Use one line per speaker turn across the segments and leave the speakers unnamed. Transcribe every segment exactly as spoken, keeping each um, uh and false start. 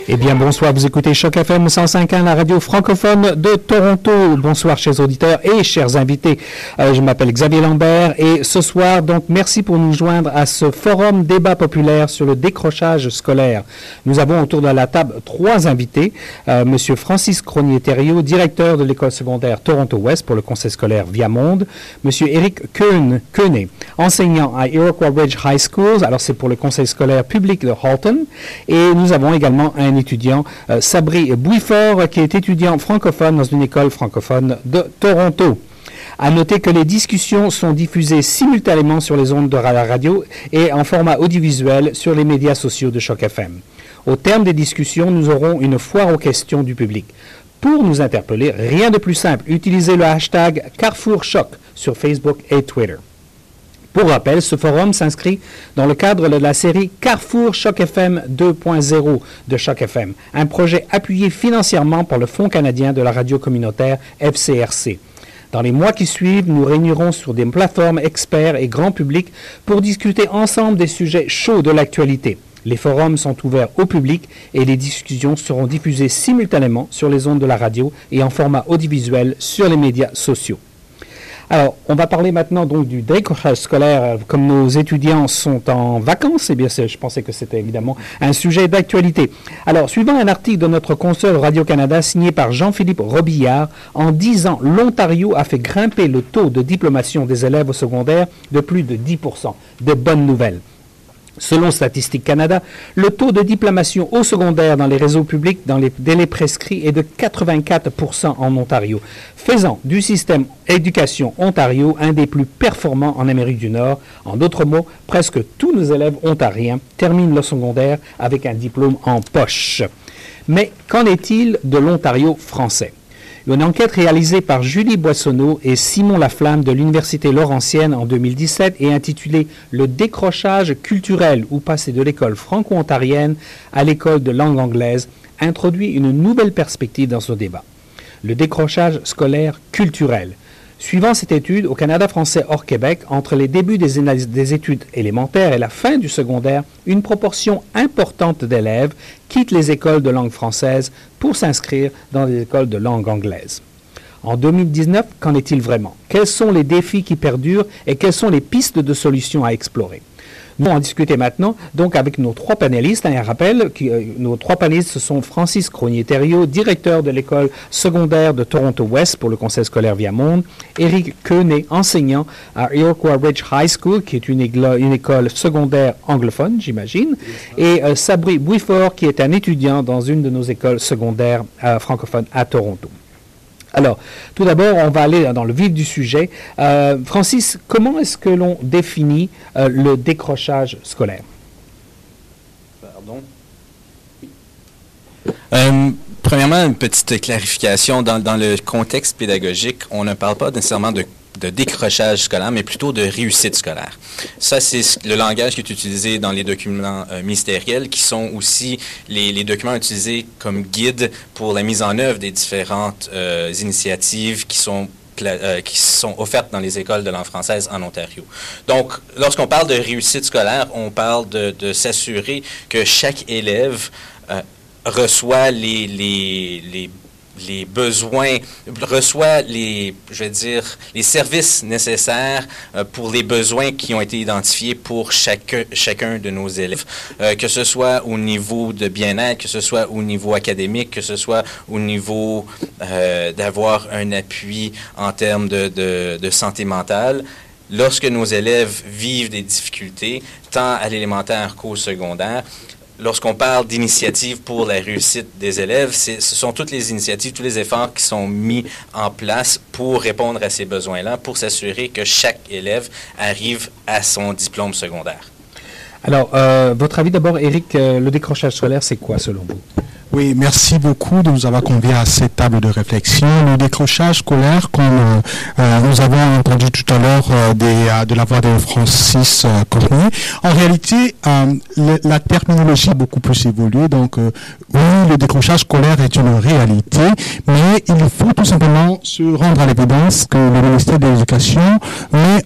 Eh bien, bonsoir, vous écoutez Choc F M cent cinq point un, la radio francophone de Toronto. Bonsoir, chers auditeurs et chers invités. Euh, je m'appelle Xavier Lambert et ce soir, donc, merci pour nous joindre à ce forum débat populaire sur le décrochage scolaire. Nous avons autour de la table trois invités. Euh, Monsieur Francis Cronier-Thériault, directeur de l'école secondaire Toronto-Ouest pour le conseil scolaire Viamonde. Monsieur Éric Quenet, enseignant à Iroquois Ridge High School. Alors, c'est pour le conseil scolaire public de Halton. Et nous avons également un étudiant, euh, Sabri Bouifort, qui est étudiant francophone dans une école francophone de Toronto. À noter que les discussions sont diffusées simultanément sur les ondes de la radio et en format audiovisuel sur les médias sociaux de Choc F M. Au terme des discussions, nous aurons une foire aux questions du public. Pour nous interpeller, rien de plus simple, utilisez le hashtag Carrefour Choc sur Facebook et Twitter. Pour rappel, ce forum s'inscrit dans le cadre de la série Carrefour Choc F M deux point zéro de Choc F M, un projet appuyé financièrement par le Fonds canadien de la radio communautaire F C R C. Dans les mois qui suivent, nous réunirons sur des plateformes experts et grand public pour discuter ensemble des sujets chauds de l'actualité. Les forums sont ouverts au public et les discussions seront diffusées simultanément sur les ondes de la radio et en format audiovisuel sur les médias sociaux. Alors, on va parler maintenant donc du décrochage scolaire. Comme nos étudiants sont en vacances, eh bien, je pensais que c'était évidemment un sujet d'actualité. Alors, suivant un article de notre consoeur Radio-Canada signé par Jean-Philippe Robillard, en dix ans, l'Ontario a fait grimper le taux de diplomation des élèves au secondaire de plus de dix pour cent. De bonnes nouvelles. Selon Statistique Canada, le taux de diplomation au secondaire dans les réseaux publics dans les délais prescrits est de quatre-vingt-quatre pour cent en Ontario, faisant du système éducation Ontario un des plus performants en Amérique du Nord. En d'autres mots, presque tous nos élèves ontariens terminent leur secondaire avec un diplôme en poche. Mais qu'en est-il de l'Ontario français? Une enquête réalisée par Julie Boissonneau et Simon Laflamme de l'Université Laurentienne en deux mille dix-sept et intitulée « Le décrochage culturel ou passer de l'école franco-ontarienne à l'école de langue anglaise » introduit une nouvelle perspective dans ce débat. Le décrochage scolaire culturel. Suivant cette étude, au Canada français hors Québec, entre les débuts des, des études élémentaires et la fin du secondaire, une proportion importante d'élèves quittent les écoles de langue française pour s'inscrire dans les écoles de langue anglaise. En deux mille dix-neuf, qu'en est-il vraiment? Quels sont les défis qui perdurent et quelles sont les pistes de solutions à explorer? Nous allons en discuter maintenant donc avec nos trois panélistes. Un rappel, qui, euh, nos trois panélistes, ce sont Francis Cronier-Thériault, directeur de l'école secondaire de Toronto-Ouest pour le conseil scolaire Viamonde, Éric Quenet, enseignant à Iroquois Ridge High School, qui est une, églo- une école secondaire anglophone, j'imagine, et euh, Sabri Bouifort, qui est un étudiant dans une de nos écoles secondaires euh, francophones à Toronto. Alors, tout d'abord, on va aller dans le vif du sujet. Euh, Francis, comment est-ce que l'on définit euh, le décrochage scolaire?
Pardon. Euh, premièrement, une petite clarification. Dans, dans le contexte pédagogique, on ne parle pas nécessairement de de décrochage scolaire, mais plutôt de réussite scolaire. Ça, c'est le langage qui est utilisé dans les documents euh, ministériels, qui sont aussi les, les documents utilisés comme guide pour la mise en œuvre des différentes euh, initiatives qui sont Euh, qui sont offertes dans les écoles de langue française en Ontario. Donc, lorsqu'on parle de réussite scolaire, on parle de, de s'assurer que chaque élève euh, reçoit les, les, les les besoins, reçoit les, je vais dire, les services nécessaires euh, pour les besoins qui ont été identifiés pour chaque, chacun de nos élèves, euh, que ce soit au niveau de bien-être, que ce soit au niveau académique, que ce soit au niveau euh, d'avoir un appui en termes de, de, de santé mentale. Lorsque nos élèves vivent des difficultés, tant à l'élémentaire qu'au secondaire, lorsqu'on parle d'initiatives pour la réussite des élèves, c'est, ce sont toutes les initiatives, tous les efforts qui sont mis en place pour répondre à ces besoins-là, pour s'assurer que chaque élève arrive à son diplôme secondaire.
Alors, euh, votre avis d'abord, Éric, euh, le décrochage scolaire, c'est quoi selon vous?
Oui, merci beaucoup de nous avoir conviés à cette table de réflexion. Le décrochage scolaire, comme euh, nous avons entendu tout à l'heure euh, des, euh, de la voix de Francis euh, Cornier, en réalité, euh, le, la terminologie a beaucoup plus évolué. Donc, euh, oui, le décrochage scolaire est une réalité, mais il faut tout simplement se rendre à l'évidence que le ministère de l'Éducation met en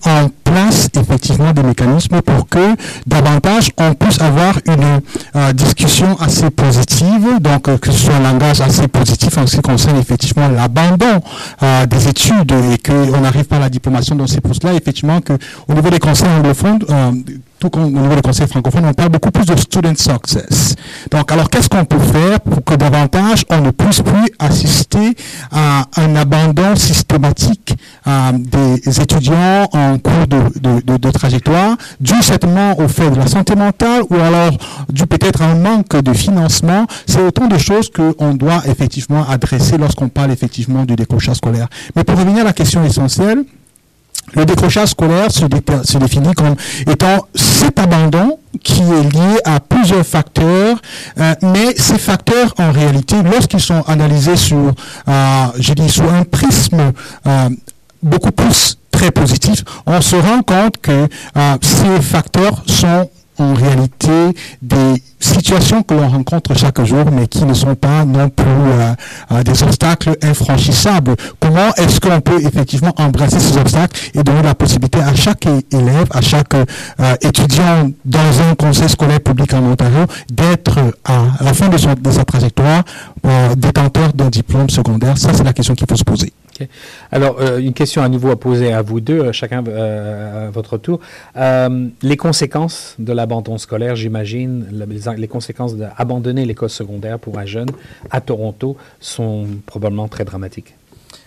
place effectivement des mécanismes pour que davantage on puisse avoir une euh, discussion assez positive, donc euh, que ce soit un langage assez positif en ce qui concerne effectivement l'abandon euh, des études et qu'on n'arrive pas à la diplomation. Donc c'est pour cela effectivement qu'au niveau des conseils anglophones, euh, tout au niveau des conseils francophones, on parle beaucoup plus de student success. Donc, alors, qu'est-ce qu'on peut faire pour que davantage on ne puisse plus assister à un abandon systématique euh, des étudiants en cours de, de, de, de trajectoire, dû certainement au fait de la santé mentale ou alors dû peut-être à un manque de financement. C'est autant de choses qu'on doit effectivement adresser lorsqu'on parle effectivement du décrochage scolaire. Mais pour revenir à la question essentielle, le décrochage scolaire se, dé se définit comme étant cet abandon qui est lié à plusieurs facteurs, euh, mais ces facteurs, en réalité, lorsqu'ils sont analysés sur, euh, je dis, sous un prisme euh, beaucoup plus très positif, on se rend compte que euh, ces facteurs sont en réalité des situations que l'on rencontre chaque jour, mais qui ne sont pas non plus euh, euh, des obstacles infranchissables. Comment est-ce qu'on peut effectivement embrasser ces obstacles et donner la possibilité à chaque élève, à chaque euh, étudiant dans un conseil scolaire public en Ontario d'être à, à la fin de, son, de sa trajectoire euh, détenteur d'un diplôme secondaire? Ça, c'est la question qu'il faut se poser.
Okay. Alors, euh, une question à nouveau à poser à vous deux, chacun euh, à votre tour. Euh, les conséquences de l'abandon scolaire, j'imagine, les, les conséquences d'abandonner l'école secondaire pour un jeune à Toronto sont probablement très dramatiques.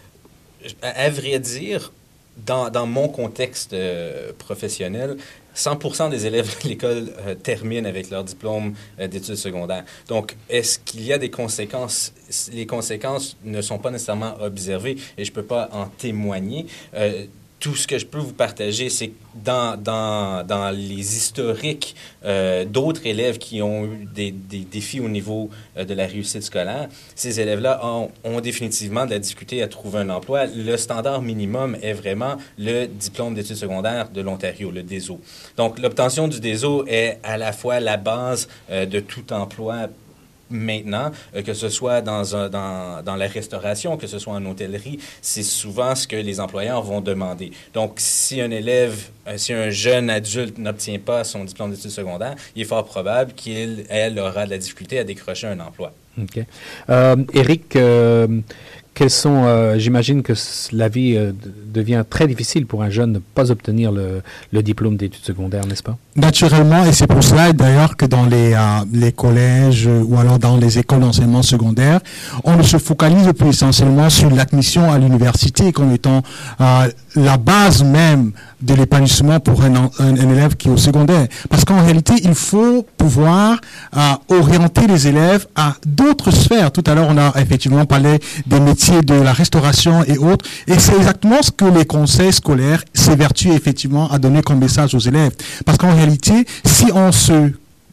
À, à vrai dire, dans, dans mon contexte euh, professionnel, cent pour cent des élèves de l'école euh, terminent avec leur diplôme euh, d'études secondaires. Donc, est-ce qu'il y a des conséquences? Les conséquences ne sont pas nécessairement observées et je ne peux pas en témoigner. Euh, tout ce que je peux vous partager, c'est que dans, dans, dans les historiques euh, d'autres élèves qui ont eu des, des défis au niveau euh, de la réussite scolaire, ces élèves-là ont, ont définitivement de la difficulté à trouver un emploi. Le standard minimum est vraiment le diplôme d'études secondaires de l'Ontario, le D E S O. Donc, l'obtention du D E S O est à la fois la base euh, de tout emploi maintenant, euh, que ce soit dans, un, dans, dans la restauration, que ce soit en hôtellerie, c'est souvent ce que les employeurs vont demander. Donc, si un élève, euh, si un jeune adulte n'obtient pas son diplôme d'études secondaires, il est fort probable qu'il, elle, aura de la difficulté à décrocher un emploi.
OK. Euh, Éric, euh, quels sont, euh, j'imagine que la vie euh, devient très difficile pour un jeune de ne pas obtenir le, le diplôme d'études secondaires, n'est-ce pas?
Naturellement, et c'est pour cela d'ailleurs que dans les, euh, les collèges euh, ou alors dans les écoles d'enseignement secondaire, on ne se focalise plus essentiellement sur l'admission à l'université comme étant euh, la base même de l'épanouissement pour un, un, un élève qui est au secondaire. Parce qu'en réalité, il faut pouvoir euh, orienter les élèves à d'autres sphères. Tout à l'heure, on a effectivement parlé des métiers de la restauration et autres. Et c'est exactement ce que les conseils scolaires s'évertuent effectivement à donner comme message aux élèves. Parce qu'en réalité, si on se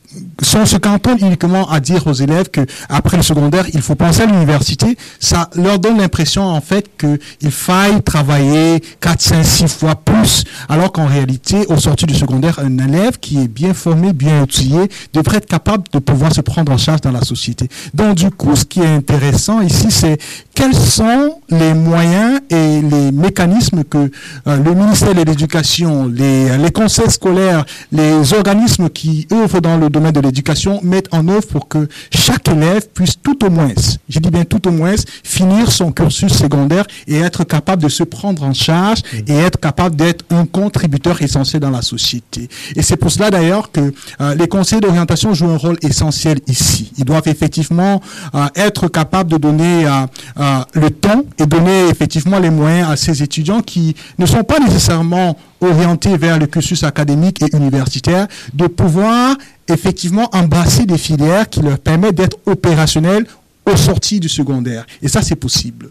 si on se cantonne uniquement à dire aux élèves que après le secondaire, il faut penser à l'université, ça leur donne l'impression en fait qu'il faille travailler quatre, cinq, six fois plus, alors qu'en réalité, au sortir du secondaire, un élève qui est bien formé, bien outillé, devrait être capable de pouvoir se prendre en charge dans la société. Donc du coup, ce qui est intéressant ici, c'est quels sont les moyens et les mécanismes que euh, le ministère de l'Éducation, les, les conseils scolaires, les organismes qui œuvrent dans le domaine de l'éducation mettent en œuvre pour que chaque élève puisse tout au moins, je dis bien tout au moins, finir son cursus secondaire et être capable de se prendre en charge et être capable d'être un contributeur essentiel dans la société. Et c'est pour cela d'ailleurs que euh, les conseillers d'orientation jouent un rôle essentiel ici. Ils doivent effectivement euh, être capables de donner euh, euh, le temps et donner effectivement les moyens à ces étudiants qui ne sont pas nécessairement orientés vers le cursus académique et universitaire, de pouvoir effectivement embrasser des filières qui leur permettent d'être opérationnels au sortir du secondaire. Et ça, c'est possible.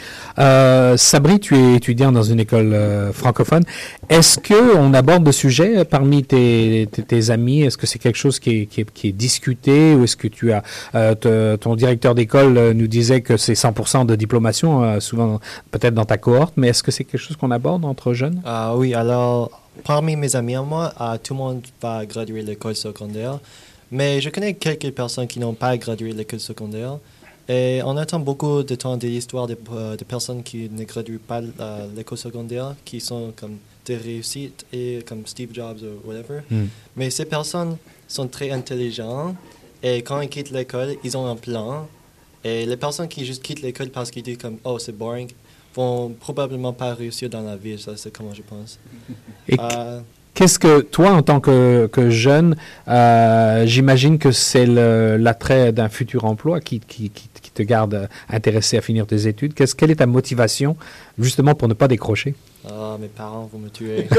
Euh, Sabri, tu es étudiant dans une école euh, francophone. Est-ce qu'on aborde le sujet parmi tes, tes, tes amis? Est-ce que c'est quelque chose qui est, qui est, qui est discuté? Ou est-ce que tu as euh, te, ton directeur d'école euh, nous disait que c'est cent pour cent de diplomation, euh, souvent peut-être dans ta cohorte, mais est-ce que c'est quelque chose qu'on aborde entre jeunes?
Uh, oui, alors parmi mes amis à moi, uh, tout le monde va graduer l'école secondaire, mais je connais quelques personnes qui n'ont pas gradué l'école secondaire. Et on entend beaucoup de temps des histoires de, euh, de personnes qui ne graduent pas euh, l'école secondaire, qui sont comme des réussites, et comme Steve Jobs ou whatever.
Mm.
Mais ces personnes sont très intelligentes et quand ils quittent l'école, ils ont un plan. Et les personnes qui juste quittent l'école parce qu'ils disent comme « Oh, c'est boring », vont probablement pas réussir dans la vie. Ça, c'est comment je pense.
Et
Euh,
qu'est-ce que toi, en tant que, que jeune, euh, j'imagine que c'est le- l'attrait d'un futur emploi qui, qui, qui, qui te garde intéressé à finir tes études. Qu'est-ce, quelle est ta motivation, justement, pour ne pas décrocher?
Ah, mes parents vont me tuer.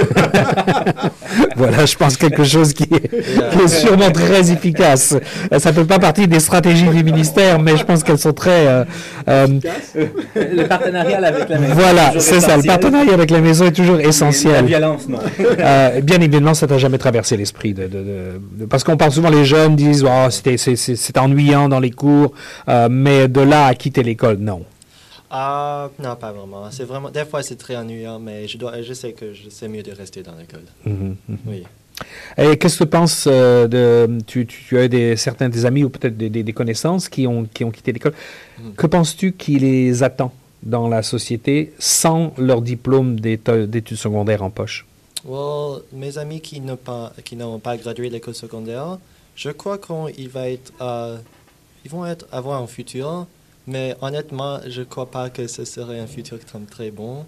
Voilà, je pense quelque chose qui est,
Yeah.
qui est sûrement très efficace. Euh, Ça ne fait pas partie des stratégies du ministère, mais je pense qu'elles sont très... euh, euh,
Le partenariat avec la maison.
voilà, c'est ça. Le partenariat avec la maison est toujours
La
essentiel.
violence, non.
Euh, bien évidemment, ça t'a jamais traversé l'esprit de, de- de- de- parce qu'on parle souvent, les jeunes disent, oh, c'était, c'est, c'est, c'est ennuyant dans les cours, euh, mais de là à quitter l'école, non.
Ah, non, pas vraiment. C'est vraiment... Des fois, c'est très ennuyant, mais je, dois, je sais que je sais mieux de rester dans l'école.
Mhm, mhm.
Oui.
Et qu'est-ce que tu penses euh, de, tu, tu, tu as des, certains des amis ou peut-être des, des, des connaissances qui ont, qui ont quitté l'école.
Mhm.
Que penses-tu qui les attend dans la société sans leur diplôme d'éta- d'études secondaires en poche?
Well, mes amis qui n'ont pas, qui n'ont pas gradué l'école secondaire, je crois qu'ils va être, euh, ils vont être, avoir un futur, mais honnêtement, je ne crois pas que ce serait un futur comme très bon.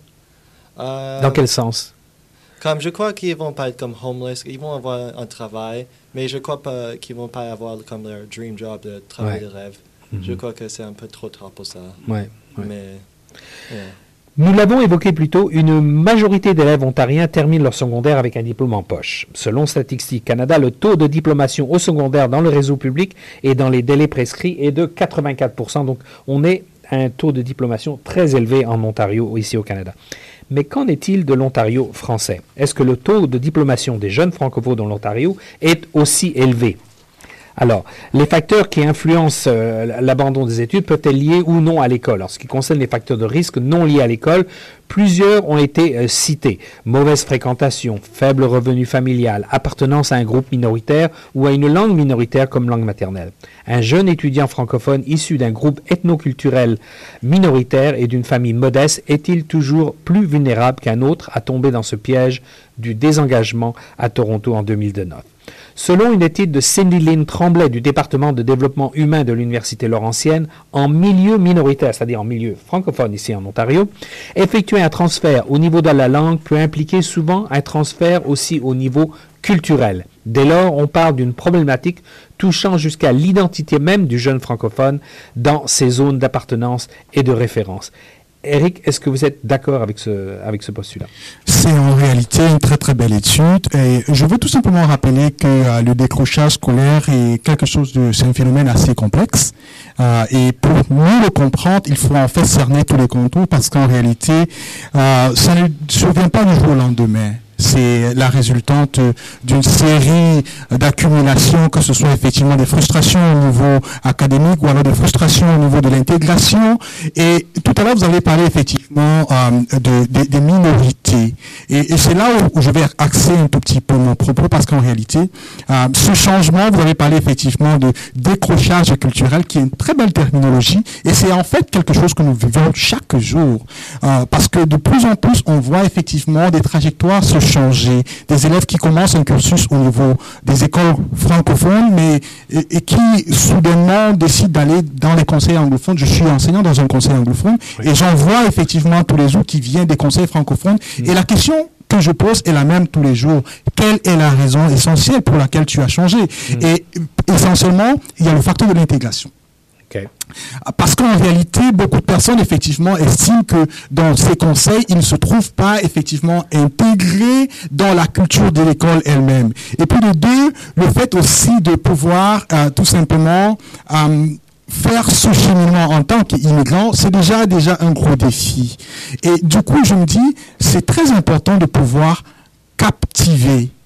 Euh,
Dans quel sens?
Comme je crois qu'ils vont pas être comme homeless, ils vont avoir un travail, mais je crois pas qu'ils vont pas avoir comme leur dream job de travail
Ouais.
de rêve.
Mhm.
Je crois que c'est un peu trop tard pour ça.
Ouais, ouais.
Mais yeah.
Nous l'avons évoqué plus tôt, une majorité d'élèves ontariens terminent leur secondaire avec un diplôme en poche. Selon Statistique Canada, le taux de diplomation au secondaire dans le réseau public et dans les délais prescrits est de quatre-vingt-quatre pour cent. Donc, on est à un taux de diplomation très élevé en Ontario, ici au Canada. Mais qu'en est-il de l'Ontario français? Est-ce que le taux de diplomation des jeunes francophones dans l'Ontario est aussi élevé? Alors, les facteurs qui influencent euh, l'abandon des études peuvent être liés ou non à l'école. En ce qui concerne les facteurs de risque non liés à l'école, plusieurs ont été euh, cités. Mauvaise fréquentation, faible revenu familial, appartenance à un groupe minoritaire ou à une langue minoritaire comme langue maternelle. Un jeune étudiant francophone issu d'un groupe ethnoculturel minoritaire et d'une famille modeste est-il toujours plus vulnérable qu'un autre à tomber dans ce piège du désengagement à Toronto en deux mille dix-neuf? Selon une étude de Cindy Lynn Tremblay du département de développement humain de l'Université Laurentienne, en milieu minoritaire, c'est-à-dire en milieu francophone ici en Ontario, effectuer un transfert au niveau de la langue peut impliquer souvent un transfert aussi au niveau culturel. Dès lors, on parle d'une problématique touchant jusqu'à l'identité même du jeune francophone dans ses zones d'appartenance et de référence. Eric, est-ce que vous êtes d'accord avec ce, avec ce postulat?
C'est en réalité une très très belle étude et je veux tout simplement rappeler que euh, le décrochage scolaire est quelque chose de, c'est un phénomène assez complexe euh, et pour mieux le comprendre, il faut en fait cerner tous les contours parce qu'en réalité, euh, ça ne survient pas du jour au lendemain. C'est la résultante d'une série d'accumulations, que ce soit effectivement des frustrations au niveau académique ou alors des frustrations au niveau de l'intégration. Et tout à l'heure, vous avez parlé effectivement euh, de, de, des minorités. Et, et c'est là où, où je vais axer un tout petit peu mon propos parce qu'en réalité, euh, ce changement, vous avez parlé effectivement de décrochage culturel, qui est une très belle terminologie. Et c'est en fait quelque chose que nous vivons chaque jour. Euh, parce que de plus en plus, on voit effectivement des trajectoires se changer, des élèves qui commencent un cursus au niveau des écoles francophones, mais et, et qui soudainement décident d'aller dans les conseils anglophones. Je suis enseignant dans un conseil anglophone oui. et j'en vois effectivement tous les jours qui viennent des conseils francophones. Mmh. Et la question que je pose est la même tous les jours. Quelle est la raison essentielle pour laquelle tu as changé? Mmh. Et essentiellement, il y a le facteur de l'intégration.
Okay.
Parce qu'en réalité, beaucoup de personnes, effectivement, estiment que dans ces conseils, ils ne se trouvent pas, effectivement, intégrés dans la culture de l'école elle-même. Et puis de deux, le fait aussi de pouvoir, euh, tout simplement, euh, faire ce cheminement en tant qu'immigrant, c'est déjà, déjà un gros défi. Et du coup, je me dis, c'est très important de pouvoir captiver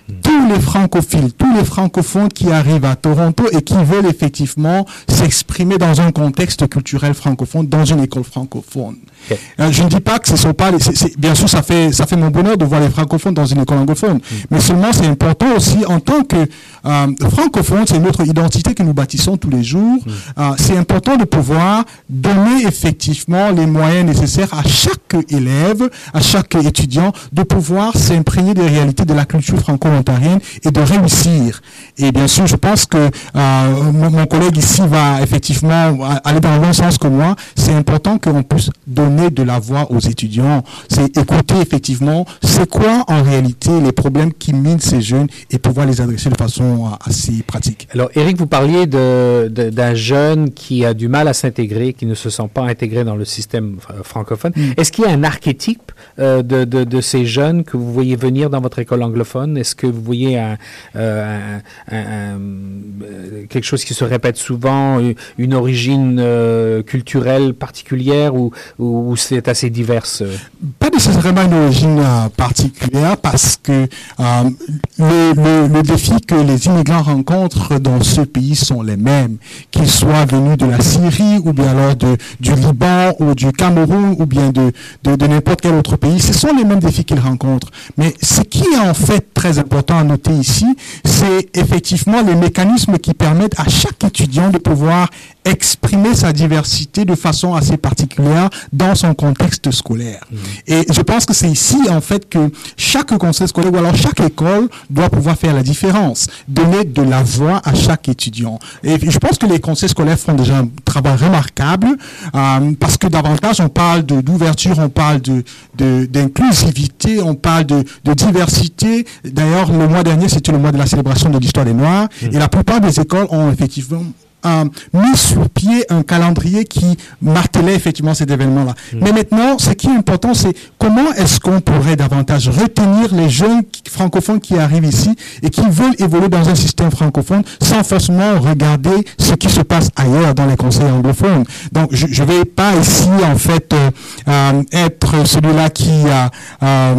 tous les francophiles, tous les francophones qui arrivent à Toronto et qui veulent effectivement s'exprimer dans un contexte culturel francophone, dans une école francophone. Okay. Euh, je ne dis pas que ce sont pas les, c'est, c'est, bien sûr, ça fait, ça fait mon bonheur de voir les francophones dans une école anglophone. Mm. Mais seulement, c'est important aussi en tant que euh, francophone, c'est notre identité que nous bâtissons tous les jours. Mm. Euh, c'est important de pouvoir donner effectivement les moyens nécessaires à chaque élève, à chaque étudiant, de pouvoir s'imprégner des réalités de la culture franco-ontarienne et de réussir. Et bien sûr, je pense que euh, mon, mon collègue ici va effectivement aller dans le même sens que moi. C'est important qu'on puisse donner de la voix aux étudiants, c'est écouter effectivement c'est quoi en réalité les problèmes qui minent ces jeunes et pouvoir les adresser de façon assez pratique.
Alors Éric, vous parliez de, de, d'un jeune qui a du mal à s'intégrer, qui ne se sent pas intégré dans le système francophone. Mm. Est-ce qu'il y a un archétype euh, de, de, de ces jeunes que vous voyez venir dans votre école anglophone? Est-ce que vous voyez un, euh, un, un, un, quelque chose qui se répète souvent, une origine euh, culturelle particulière ou, ou ou c'est assez divers?
Pas nécessairement une origine euh, particulière parce que euh, le, le, le défi que les immigrants rencontrent dans ce pays sont les mêmes, qu'ils soient venus de la Syrie ou bien alors de, du Liban ou du Cameroun ou bien de, de, de n'importe quel autre pays. Ce sont les mêmes défis qu'ils rencontrent. Mais ce qui est en fait très important à noter ici, c'est effectivement les mécanismes qui permettent à chaque étudiant de pouvoir exprimer sa diversité de façon assez particulière dans son contexte scolaire. Mmh. Et je pense que c'est ici, en fait, que chaque conseil scolaire ou alors chaque école doit pouvoir faire la différence, donner de la voix à chaque étudiant. Et je pense que les conseils scolaires font déjà un travail remarquable euh, parce que davantage on parle de, d'ouverture, on parle de, de, d'inclusivité, on parle de, de diversité. D'ailleurs, le mois dernier, c'était le mois de la célébration de l'histoire des Noirs mmh. et la plupart des écoles ont effectivement Euh, mis sur pied un calendrier qui martelait effectivement cet événement-là. Mmh. Mais maintenant, ce qui est important, c'est comment est-ce qu'on pourrait davantage retenir les jeunes francophones qui arrivent ici et qui veulent évoluer dans un système francophone sans forcément regarder ce qui se passe ailleurs dans les conseils anglophones. Donc, je ne vais pas ici, en fait, euh, euh, être celui-là qui euh, euh,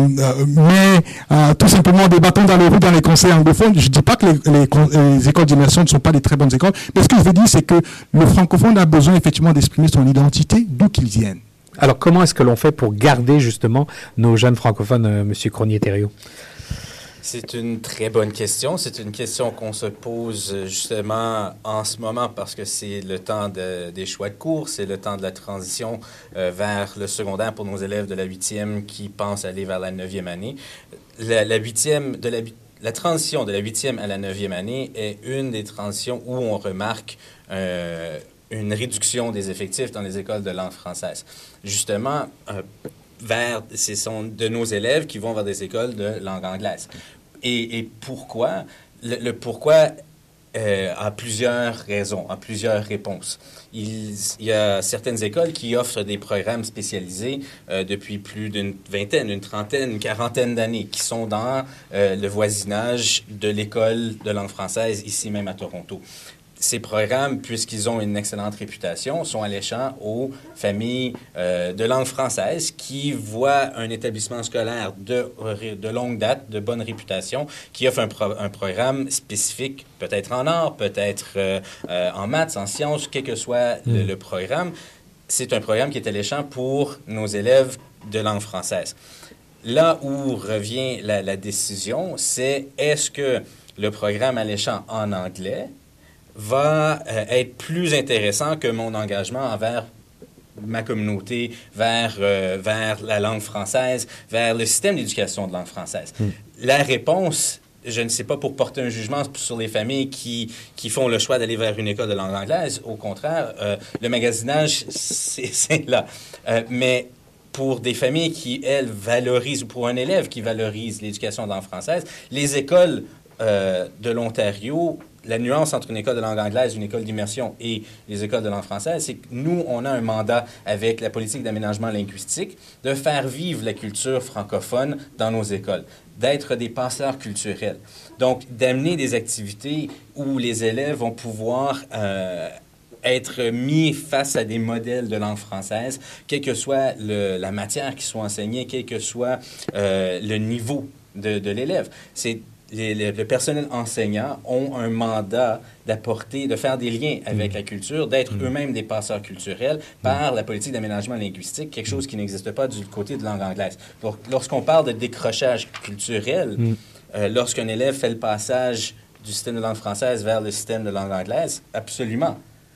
met euh, tout simplement des bâtons dans les roues dans les conseils anglophones. Je ne dis pas que les, les, les écoles d'immersion ne sont pas des très bonnes écoles, mais ce que je veux dire, c'est que le francophone a besoin effectivement d'exprimer son identité d'où qu'il vienne.
Alors, comment est-ce que l'on fait pour garder justement nos jeunes francophones, euh, M. Cronier-Thériault?
C'est une très bonne question. C'est une question qu'on se pose justement en ce moment parce que c'est le temps de, des choix de cours, c'est le temps de la transition euh, vers le secondaire pour nos élèves de la huitième qui pensent aller vers la neuvième année. La, la huitième, de la La transition de la huitième à la neuvième année est une des transitions où on remarque euh, une réduction des effectifs dans les écoles de langue française. Justement, euh, vers, ce sont de nos élèves qui vont vers des écoles de langue anglaise. Et, et pourquoi? Le, le pourquoi euh, a plusieurs raisons, a plusieurs réponses. Il, il y a certaines écoles qui offrent des programmes spécialisés euh, depuis plus d'une vingtaine, une trentaine, une quarantaine d'années, qui sont dans euh, le voisinage de l'école de langue française, ici même à Toronto. Ces programmes, puisqu'ils ont une excellente réputation, sont alléchants aux familles euh, de langue française qui voient un établissement scolaire de, de longue date, de bonne réputation, qui offre un, pro, un programme spécifique, peut-être en art, peut-être euh, euh, en maths, en sciences, quel que soit mmh. le, le programme. C'est un programme qui est alléchant pour nos élèves de langue française. Là où revient la, la décision, c'est est-ce que le programme alléchant en anglais va euh, être plus intéressant que mon engagement envers ma communauté, vers, euh, vers la langue française, vers le système d'éducation de langue française. Mm. La réponse, je ne sais pas pour porter un jugement sur les familles qui, qui font le choix d'aller vers une école de langue anglaise. Au contraire, euh, le magasinage, c'est, c'est là. Euh, mais pour des familles qui, elles, valorisent, ou pour un élève qui valorise l'éducation de langue française, les écoles euh, de l'Ontario, la nuance entre une école de langue anglaise, une école d'immersion et les écoles de langue française, c'est que nous, on a un mandat avec la politique d'aménagement linguistique de faire vivre la culture francophone dans nos écoles, d'être des passeurs culturels. Donc, d'amener des activités où les élèves vont pouvoir euh, être mis face à des modèles de langue française, quelle que soit le, la matière qui soit enseignée, quel que soit euh, le niveau de, de l'élève. C'est les, les, le personnel enseignant ont un mandat d'apporter, de faire des liens avec mmh. la culture, d'être mmh. eux-mêmes des passeurs culturels par mmh. la politique d'aménagement linguistique, quelque chose qui n'existe pas du côté de langue anglaise. Donc, lorsqu'on parle de décrochage culturel, mmh. euh, lorsqu'un élève fait le passage du système de langue française vers le système de langue anglaise, absolument.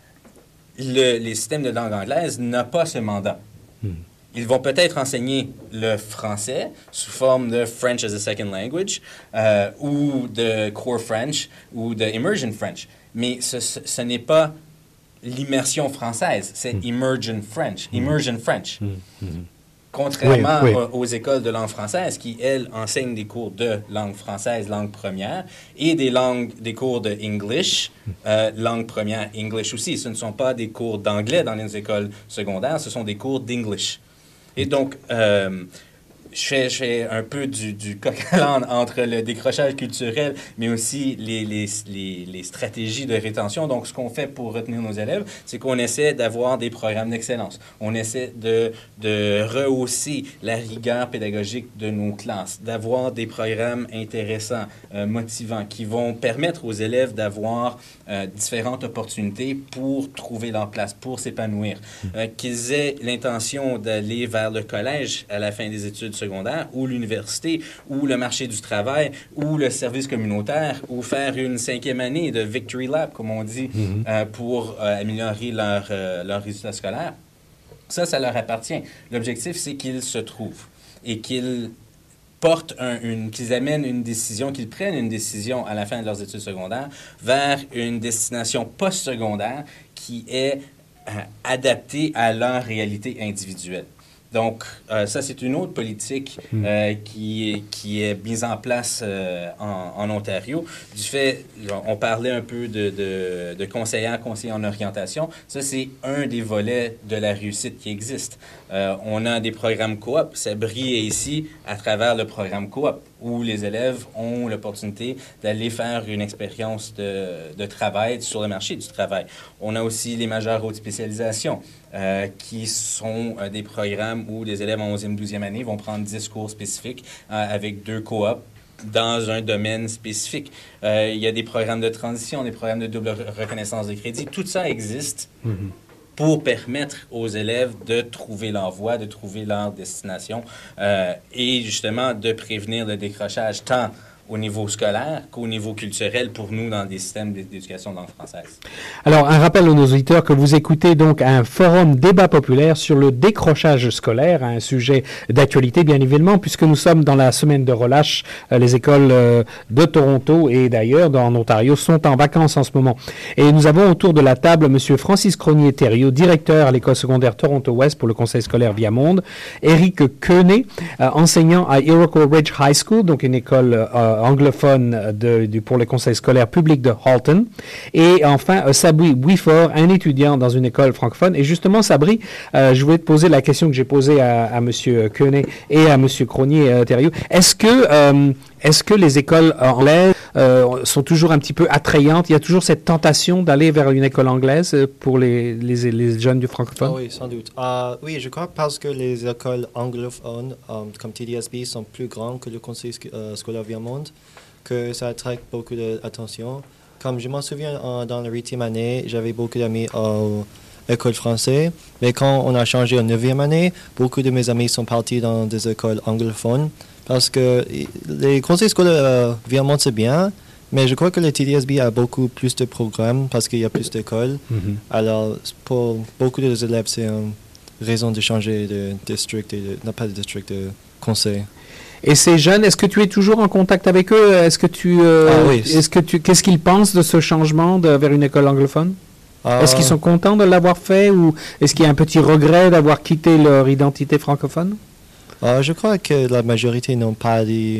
Le, les systèmes de langue anglaise n'ont pas ce mandat. Mmh. Ils vont peut-être enseigner le français sous forme de French as a Second Language euh, ou de Core French ou de Immersion French. Mais ce, ce, ce n'est pas l'immersion française, c'est mm. Immersion French. Mm. Immersion French. Mm. Mm. Contrairement oui, oui. Aux, aux écoles de langue française qui, elles, enseignent des cours de langue française, langue première, et des, langues, des cours de English, euh, langue première, English aussi. Ce ne sont pas des cours d'anglais dans les écoles secondaires, ce sont des cours d'English. Et donc, euh, je fais, je fais un peu du, du coq à l'âne entre le décrochage culturel, mais aussi les, les, les, les stratégies de rétention. Donc, ce qu'on fait pour retenir nos élèves, c'est qu'on essaie d'avoir des programmes d'excellence. On essaie de, de rehausser la rigueur pédagogique de nos classes, d'avoir des programmes intéressants, euh, motivants, qui vont permettre aux élèves d'avoir euh, différentes opportunités pour trouver leur place, pour s'épanouir. Euh, qu'ils aient l'intention d'aller vers le collège à la fin des études secondaire, ou l'université, ou le marché du travail, ou le service communautaire, ou faire une cinquième année de Victory Lab, comme on dit, mm-hmm. euh, pour euh, améliorer leur, euh, leur résultat scolaire. Ça, ça leur appartient. L'objectif, c'est qu'ils se trouvent et qu'ils portent un, une, qu'ils amènent une décision, qu'ils prennent une décision à la fin de leurs études secondaires vers une destination post-secondaire qui est euh, adaptée à leur réalité individuelle. Donc, euh, ça, c'est une autre politique euh, qui, qui est mise en place euh, en, en Ontario. Du fait, on parlait un peu de, de, de conseillers, conseillers en orientation. Ça, c'est un des volets de la réussite qui existe. Euh, on a des programmes coop. Sabri est ici à travers le programme coop, où les élèves ont l'opportunité d'aller faire une expérience de, de travail sur le marché du travail. On a aussi les majeures haute spécialisation, euh, qui sont euh, des programmes où les élèves en onzième, douzième année vont prendre dix cours spécifiques euh, avec deux coops dans un domaine spécifique. Euh, il y a des programmes de transition, des programmes de double reconnaissance de crédit. Tout ça existe mm-hmm. pour permettre aux élèves de trouver leur voie, de trouver leur destination euh, et justement de prévenir le décrochage tant au niveau scolaire qu'au niveau culturel pour nous dans des systèmes d'éducation de langue française.
Alors, un rappel à nos auditeurs que vous écoutez donc un forum débat populaire sur le décrochage scolaire, un sujet d'actualité bien évidemment, puisque nous sommes dans la semaine de relâche. Les écoles de Toronto et d'ailleurs en Ontario sont en vacances en ce moment. Et nous avons autour de la table M. Francis Cronier-Thériault, directeur à l'école secondaire Toronto-Ouest pour le conseil scolaire Viamonde, Éric Quenet, euh, enseignant à Iroquois Ridge High School, donc une école euh, anglophone de, de, pour le conseil scolaire public de Halton. Et enfin, euh, Sabri Bouifort, un étudiant dans une école francophone. Et justement, Sabri, euh, je voulais te poser la question que j'ai posée à, à M. Quenet et à M. Cronier-Thériault. Est-ce que, euh, est-ce que les écoles anglaises euh, sont toujours un petit peu attrayantes? Il y a toujours cette tentation d'aller vers une école anglaise pour les, les, les jeunes du francophone?
Ah oui, sans doute. Uh, oui, je crois parce que les écoles anglophones, um, comme T D S B, sont plus grandes que le conseil sc- uh, scolaire Viamonde, que ça attraque beaucoup d'attention. Comme je m'en souviens, en, dans la huitième année, j'avais beaucoup d'amis à l'école française, mais quand on a changé en neuvième année, beaucoup de mes amis sont partis dans des écoles anglophones. Parce que les conseils scolaires euh, Viamonde, c'est bien, mais je crois que le T D S B a beaucoup plus de programmes parce qu'il y a plus d'écoles. Mm-hmm. Alors, pour beaucoup des élèves, c'est une raison de changer de district, et de, non pas de district, de conseil.
Et ces jeunes, est-ce que tu es toujours en contact avec eux? Est-ce que tu, euh, ah, oui. est-ce que tu, qu'est-ce qu'ils pensent de ce changement de, vers une école anglophone? Ah. Est-ce qu'ils sont contents de l'avoir fait ou est-ce qu'il y a un petit regret d'avoir quitté leur identité francophone?
Uh, je crois que la majorité n'ont pas dit,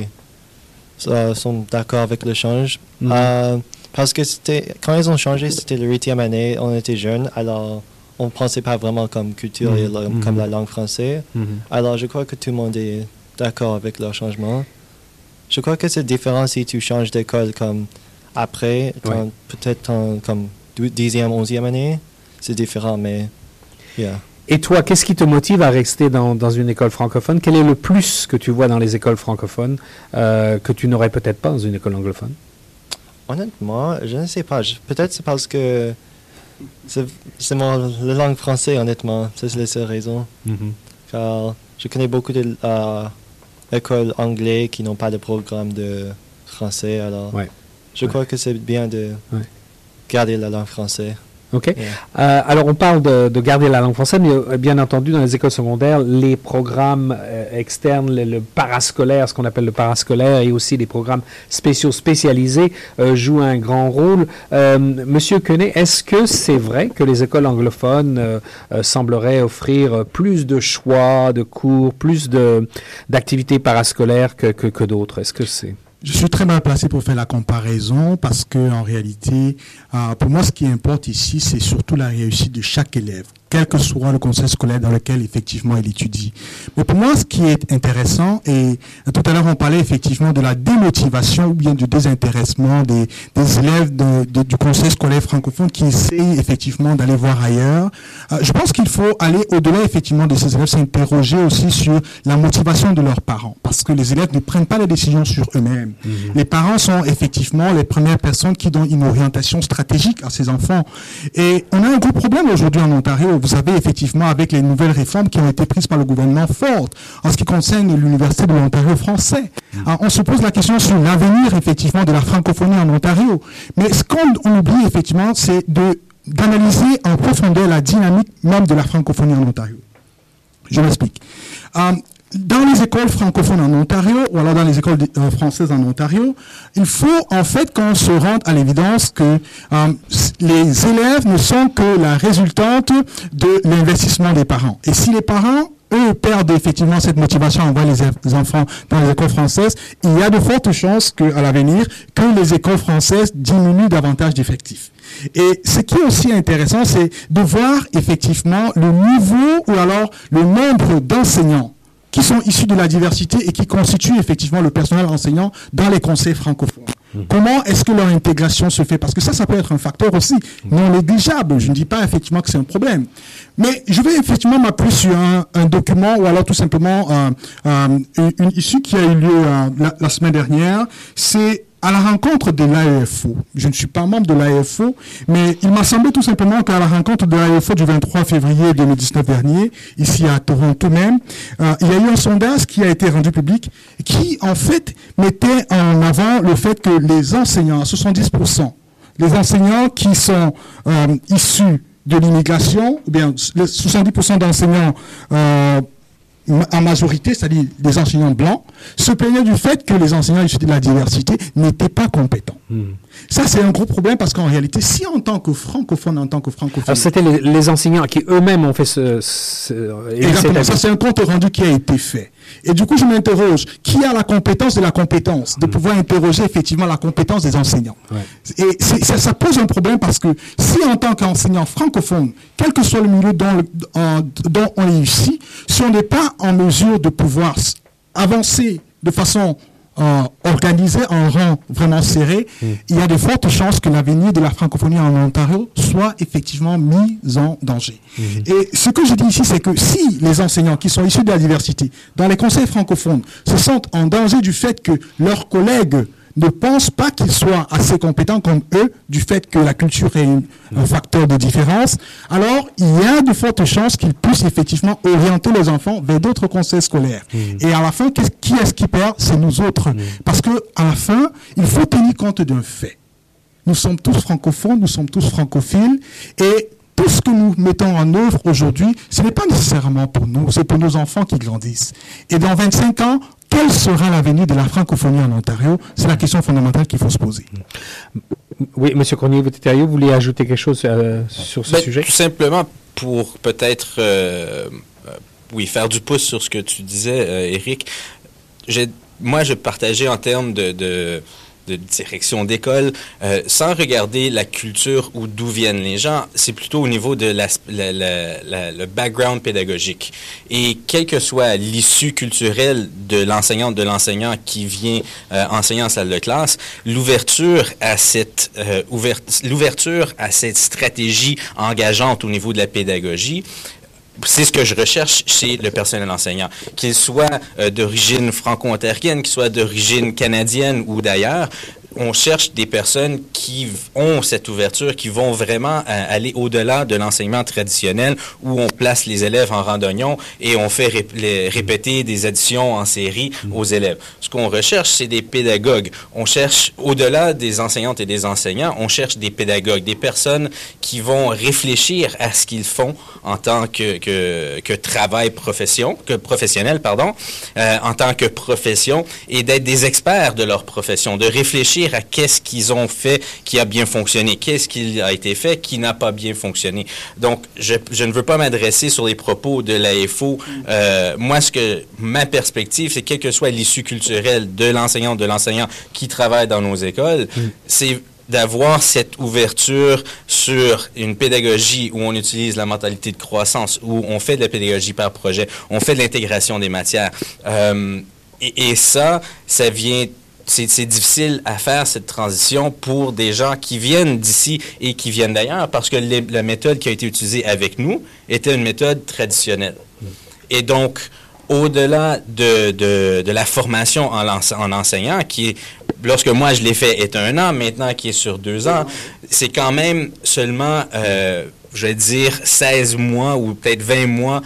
uh, sont d'accord avec le change. Mm. Uh, parce que c'était, quand ils ont changé, c'était la huitième année, on était jeunes, alors on ne pensait pas vraiment comme culture mm. et la, mm. comme la langue française. Mm. Alors je crois que tout le monde est d'accord avec leur changement. Je crois que c'est différent si tu changes d'école comme après, quand, ouais. peut-être en, comme dixième, onzième année, c'est différent, mais... Yeah.
Et toi, qu'est-ce qui te motive à rester dans, dans une école francophone? Quel est le plus que tu vois dans les écoles francophones euh, que tu n'aurais peut-être pas dans une école anglophone?
Honnêtement, je ne sais pas. Je- Peut-être c'est parce que c'est c'est mon la langue française, honnêtement. Ça, c'est la seule raison.
Mhm.
Car je connais beaucoup d'écoles anglaises qui n'ont pas de programme de français. Alors,
Ouais.
je
Ouais.
crois que c'est bien de
Ouais.
garder la langue française.
OK.
Yeah.
Euh, alors, on parle de, de garder la langue française, mais euh, bien entendu, dans les écoles secondaires, les programmes euh, externes, le, le parascolaire, ce qu'on appelle le parascolaire, et aussi les programmes spéciaux spécialisés euh, jouent un grand rôle. Euh, Monsieur Quenet, est-ce que c'est vrai que les écoles anglophones euh, euh, sembleraient offrir euh, plus de choix de cours, plus de d'activités parascolaires que, que, que d'autres? Est-ce que c'est...
Je suis très mal placé pour faire la comparaison parce que en réalité, euh, pour moi, ce qui importe ici, c'est surtout la réussite de chaque élève, quel que soit le conseil scolaire dans lequel effectivement il étudie. Mais pour moi, ce qui est intéressant, et tout à l'heure on parlait effectivement de la démotivation ou bien du désintéressement des, des élèves de, de, du conseil scolaire francophone qui essayent effectivement d'aller voir ailleurs. Euh, je pense qu'il faut aller au-delà effectivement de ces élèves, s'interroger aussi sur la motivation de leurs parents, parce que les élèves ne prennent pas les décisions sur eux-mêmes. Mmh. Les parents sont effectivement les premières personnes qui donnent une orientation stratégique à ces enfants. Et on a un gros problème aujourd'hui en Ontario. Vous savez, effectivement, avec les nouvelles réformes qui ont été prises par le gouvernement Ford en ce qui concerne l'Université de l'Ontario français. Mmh. Alors, on se pose la question sur l'avenir, effectivement, de la francophonie en Ontario. Mais ce qu'on oublie, effectivement, c'est de d'analyser en profondeur la dynamique même de la francophonie en Ontario. Je m'explique. Euh, Dans les écoles francophones en Ontario, ou alors dans les écoles euh, françaises en Ontario, il faut en fait qu'on se rende à l'évidence que euh, les élèves ne sont que la résultante de l'investissement des parents. Et si les parents, eux, perdent effectivement cette motivation à envoyer les enfants dans les écoles françaises, il y a de fortes chances qu'à l'avenir, que les écoles françaises diminuent davantage d'effectifs. Et ce qui est aussi intéressant, c'est de voir effectivement le niveau ou alors le nombre d'enseignants qui sont issus de la diversité et qui constituent effectivement le personnel enseignant dans les conseils francophones. Mmh. Comment est-ce que leur intégration se fait? Parce que ça, ça peut être un facteur aussi non négligeable. Je ne dis pas effectivement que c'est un problème. Mais je vais effectivement m'appuyer sur un, un document ou alors tout simplement euh, euh, une, une issue qui a eu lieu euh, la, la semaine dernière. C'est à la rencontre de l'A E F O. Je ne suis pas membre de l'A E F O, mais il m'a semblé tout simplement qu'à la rencontre de l'A E F O du vingt-trois février deux mille dix-neuf dernier, ici à Toronto même, euh, il y a eu un sondage qui a été rendu public qui, en fait, mettait en avant le fait que les enseignants, à soixante-dix pour cent, les enseignants qui sont euh, issus de l'immigration, eh bien, les soixante-dix pour cent d'enseignants euh, en majorité, c'est-à-dire les enseignants blancs, se plaignaient du fait que les enseignants issus de la diversité n'étaient pas compétents. Mmh. Ça, c'est un gros problème parce qu'en réalité, si en tant que francophone, en tant que francophone...
Alors, c'était les, les enseignants qui eux-mêmes ont fait ce... ce
exactement, ça c'est un compte rendu qui a été fait. Et du coup, je m'interroge, qui a la compétence de la compétence, de mmh. pouvoir interroger effectivement la compétence des enseignants. Ouais. Et c'est, ça, ça pose un problème parce que si en tant qu'enseignant francophone, quel que soit le milieu dont, en, dont on est ici, si on n'est pas en mesure de pouvoir avancer de façon euh, organisée, en rang vraiment serré, mmh. il y a de fortes chances que l'avenir de la francophonie en Ontario soit effectivement mis en danger. Mmh. Et ce que je dis ici, c'est que si les enseignants qui sont issus de la diversité dans les conseils francophones se sentent en danger du fait que leurs collègues ne pensent pas qu'ils soient assez compétents comme eux, du fait que la culture est une, un facteur de différence, alors il y a de fortes chances qu'ils puissent effectivement orienter les enfants vers d'autres conseils scolaires. Mmh. Et à la fin, qui est-ce qui perd? C'est nous autres. Mmh. Parce que à la fin, il faut tenir compte d'un fait. Nous sommes tous francophones, nous sommes tous francophiles, et tout ce que nous mettons en œuvre aujourd'hui, ce n'est pas nécessairement pour nous, c'est pour nos enfants qui grandissent. Et dans vingt-cinq ans, quel sera l'avenir de la francophonie en Ontario? C'est la question fondamentale qu'il faut se poser.
Oui, M. Cornier-Votitario, vous voulez ajouter quelque chose euh, sur ce
ben,
sujet?
Tout simplement pour peut-être euh, euh, oui, faire du pouce sur ce que tu disais, euh, Éric. J'ai, moi, je partageais en termes de... de de direction d'école, euh, sans regarder la culture ou d'où viennent les gens, c'est plutôt au niveau de la, la, la, la, le background pédagogique. Et quelle que soit l'issue culturelle de l'enseignante, de l'enseignant qui vient euh, enseigner en salle de classe, l'ouverture à cette euh, ouvert, l'ouverture à cette stratégie engageante au niveau de la pédagogie c'est ce que je recherche chez le personnel enseignant, qu'il soit euh, d'origine franco-ontarienne, qu'il soit d'origine canadienne ou d'ailleurs. On cherche des personnes qui ont cette ouverture, qui vont vraiment euh, aller au-delà de l'enseignement traditionnel où on place les élèves en rang d'oignon et on fait rép- les, répéter des additions en série aux élèves. Ce qu'on recherche, c'est des pédagogues. On cherche, au-delà des enseignantes et des enseignants, on cherche des pédagogues, des personnes qui vont réfléchir à ce qu'ils font en tant que, que, que travail profession, que professionnel, pardon, euh, en tant que profession et d'être des experts de leur profession, de réfléchir à qu'est-ce qu'ils ont fait qui a bien fonctionné, qu'est-ce qui a été fait qui n'a pas bien fonctionné. Donc, je, je ne veux pas m'adresser sur les propos de l'A F O. Euh, moi, ce que ma perspective, c'est quelle que soit l'issue culturelle de l'enseignant, de l'enseignant qui travaille dans nos écoles, mm. c'est d'avoir cette ouverture sur une pédagogie où on utilise la mentalité de croissance, où on fait de la pédagogie par projet, on fait de l'intégration des matières. Euh, et, et ça, ça vient... C'est, c'est difficile à faire, cette transition, pour des gens qui viennent d'ici et qui viennent d'ailleurs, parce que les, la méthode qui a été utilisée avec nous était une méthode traditionnelle. Et donc, au-delà de, de, de la formation en, en enseignant, qui est, lorsque moi je l'ai fait, est un an, maintenant qui est sur deux ans, c'est quand même seulement, euh, je vais dire, seize mois ou peut-être vingt mois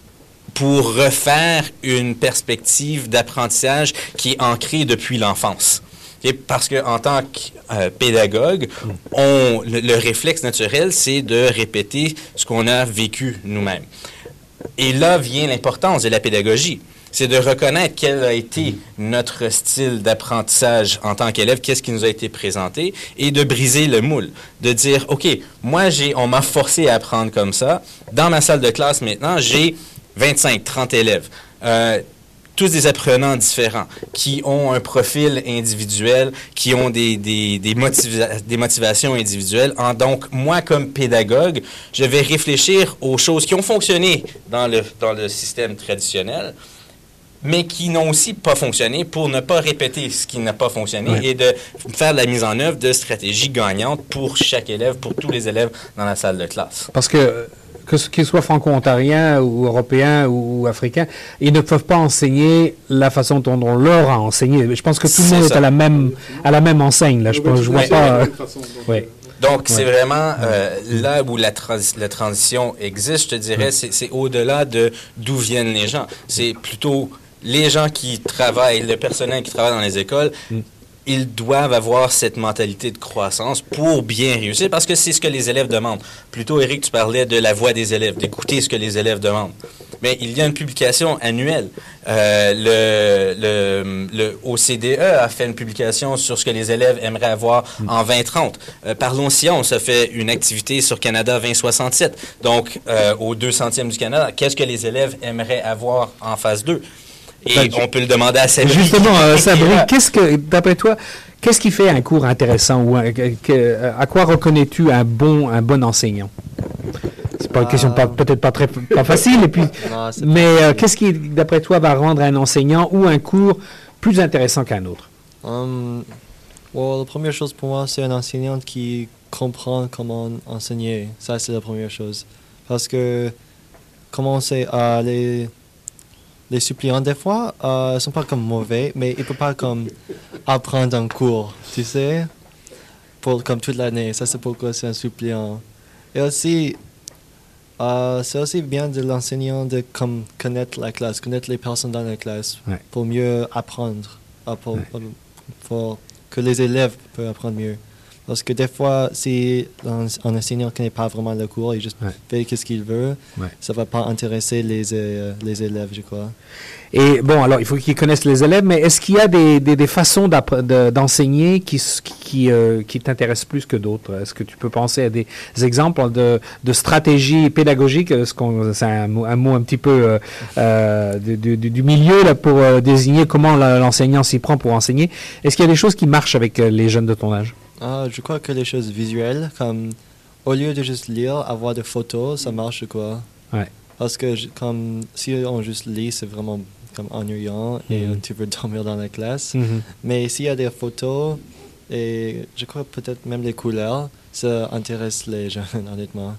pour refaire une perspective d'apprentissage qui est ancrée depuis l'enfance. Et parce qu'en tant que euh, pédagogue, on, le, le réflexe naturel, c'est de répéter ce qu'on a vécu nous-mêmes. Et là vient l'importance de la pédagogie. C'est de reconnaître quel a été notre style d'apprentissage en tant qu'élève, qu'est-ce qui nous a été présenté, et de briser le moule. De dire, OK, moi, j'ai, on m'a forcé à apprendre comme ça. Dans ma salle de classe, maintenant, j'ai vingt-cinq, trente élèves, euh, tous des apprenants différents, qui ont un profil individuel, qui ont des, des, des, motiva- des motivations individuelles. En, donc, moi, comme pédagogue, je vais réfléchir aux choses qui ont fonctionné dans le, dans le système traditionnel, mais qui n'ont aussi pas fonctionné pour ne pas répéter ce qui n'a pas fonctionné ouais. et de faire de la mise en œuvre de stratégies gagnantes pour chaque élève, pour tous les élèves dans la salle de classe.
Parce que que ce qu'ils soient franco-ontariens ou européens ou, ou africains, ils ne peuvent pas enseigner la façon dont on leur a enseigné. Je pense que tout le monde est à la même à la même enseigne. Là, je ne vois pas. Euh,
ouais. Donc, ouais. c'est vraiment euh, là où la, trans- la transition existe, je te dirais, ouais. c'est, c'est au-delà de d'où viennent les gens. C'est plutôt les gens qui travaillent, le personnel qui travaille dans les écoles. Mm. Ils doivent avoir cette mentalité de croissance pour bien réussir, parce que c'est ce que les élèves demandent. Plutôt, Éric, tu parlais de la voix des élèves, d'écouter ce que les élèves demandent. Mais il y a une publication annuelle. Euh, le, le, le O C D E a fait une publication sur ce que les élèves aimeraient avoir mmh. en vingt trente. Euh, Parlons Science a fait une activité sur Canada vingt soixante-sept. Donc, euh, au deux centième du Canada, qu'est-ce que les élèves aimeraient avoir en phase deux? Et ben, on peut le demander à Sabri.
Justement, euh, Sabri, qu'est-ce que, d'après toi, qu'est-ce qui fait un cours intéressant ou un, que, à quoi reconnais-tu un bon, un bon enseignant? C'est pas une question pas, peut-être pas très pas facile, et puis, non, mais euh, qu'est-ce qui, d'après toi, va rendre un enseignant ou un cours plus intéressant qu'un autre?
Um, well, la première chose pour moi, c'est un enseignant qui comprend comment enseigner. Ça, c'est la première chose. Parce que commencer à les Les suppléants, des fois, ne euh, sont pas comme mauvais, mais ils ne peuvent pas comme apprendre un cours, tu sais, pour, comme toute l'année. Ça, c'est pourquoi c'est un suppléant. Et aussi, euh, c'est aussi bien de l'enseignant de comme, connaître la classe, connaître les personnes dans la classe, ouais. pour mieux apprendre, euh, pour, ouais. pour, pour que les élèves peuvent apprendre mieux. Parce que des fois, si un, un enseignant ne connaît pas vraiment le cours, il juste ouais. fait ce qu'il veut, ouais. ça ne va pas intéresser les, euh, les élèves, je crois.
Et bon, alors, il faut qu'ils connaissent les élèves, mais est-ce qu'il y a des, des, des façons de, d'enseigner qui, qui, euh, qui t'intéressent plus que d'autres? Est-ce que tu peux penser à des exemples de, de stratégies pédagogiques? Ce qu'on, c'est un mot, un mot un petit peu euh, euh, du, du, du milieu là, pour euh, désigner comment la, l'enseignant s'y prend pour enseigner. Est-ce qu'il y a des choses qui marchent avec euh, les jeunes de ton âge?
Ah, je crois que les choses visuelles, comme au lieu de juste lire, avoir des photos, ça marche quoi.
Ouais.
Parce que je, comme si on juste lit, c'est vraiment comme ennuyant mm-hmm. et tu veux dormir dans la classe. Mm-hmm. Mais s'il y a des photos et je crois peut-être même les couleurs, ça intéresse les jeunes honnêtement.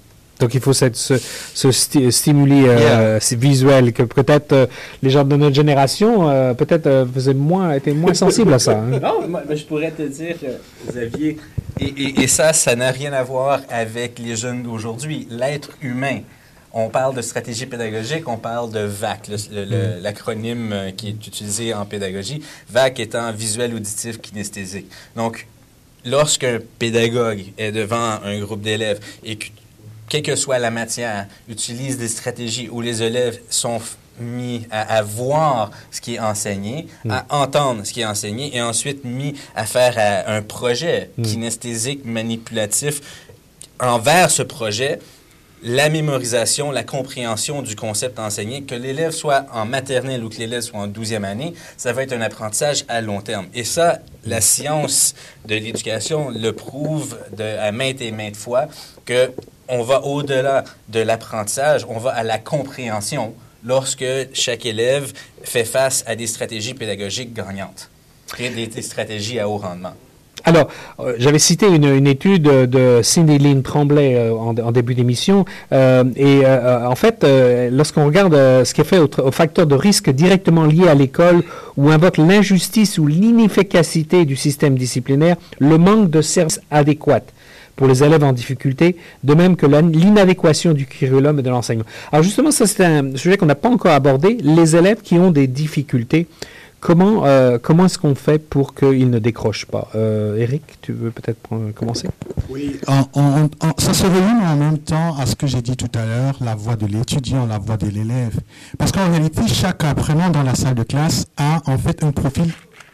Donc il faut cette, ce, ce sti stimuli euh, yeah. visuel que peut-être euh, les gens de notre génération euh, peut-être euh, faisaient moins, étaient moins sensibles à ça. Hein.
Non, moi, je pourrais te dire, Xavier, et, et, et ça, ça n'a rien à voir avec les jeunes d'aujourd'hui. L'être humain. On parle de stratégie pédagogique, on parle de V A C, l'acronyme qui est utilisé en pédagogie. V A C étant visuel, auditif, kinesthésique. Donc, lorsqu'un pédagogue est devant un groupe d'élèves et que, quelle que soit la matière, utilise des stratégies où les élèves sont mis à, à voir ce qui est enseigné, mm. à entendre ce qui est enseigné et ensuite mis à faire à, un projet mm. kinesthésique, manipulatif envers ce projet, la mémorisation, la compréhension du concept enseigné, que l'élève soit en maternelle ou que l'élève soit en douzième année, ça va être un apprentissage à long terme. Et ça, la science de l'éducation le prouve de, à maintes et maintes fois qu'on va au-delà de l'apprentissage, on va à la compréhension lorsque chaque élève fait face à des stratégies pédagogiques gagnantes, et des, des stratégies à haut rendement.
Alors, euh, j'avais cité une, une étude de Cindy Lynn Tremblay euh, en, en début d'émission, euh, et euh, en fait, euh, lorsqu'on regarde euh, ce qui est fait aux, aux facteurs de risque directement liés à l'école, où invoque l'injustice ou l'inefficacité du système disciplinaire, le manque de services adéquats pour les élèves en difficulté, de même que l'inadéquation du curriculum et de l'enseignement. Alors justement, ça c'est un sujet qu'on n'a pas encore abordé, les élèves qui ont des difficultés. Comment, euh, comment est-ce qu'on fait pour qu'ils ne décrochent pas? euh, Éric, tu veux peut-être commencer?
Oui, en, en, en, ça se réunit en même temps à ce que j'ai dit tout à l'heure, la voix de l'étudiant, la voix de l'élève. Parce qu'en réalité, chaque apprenant dans la salle de classe a en fait un profil,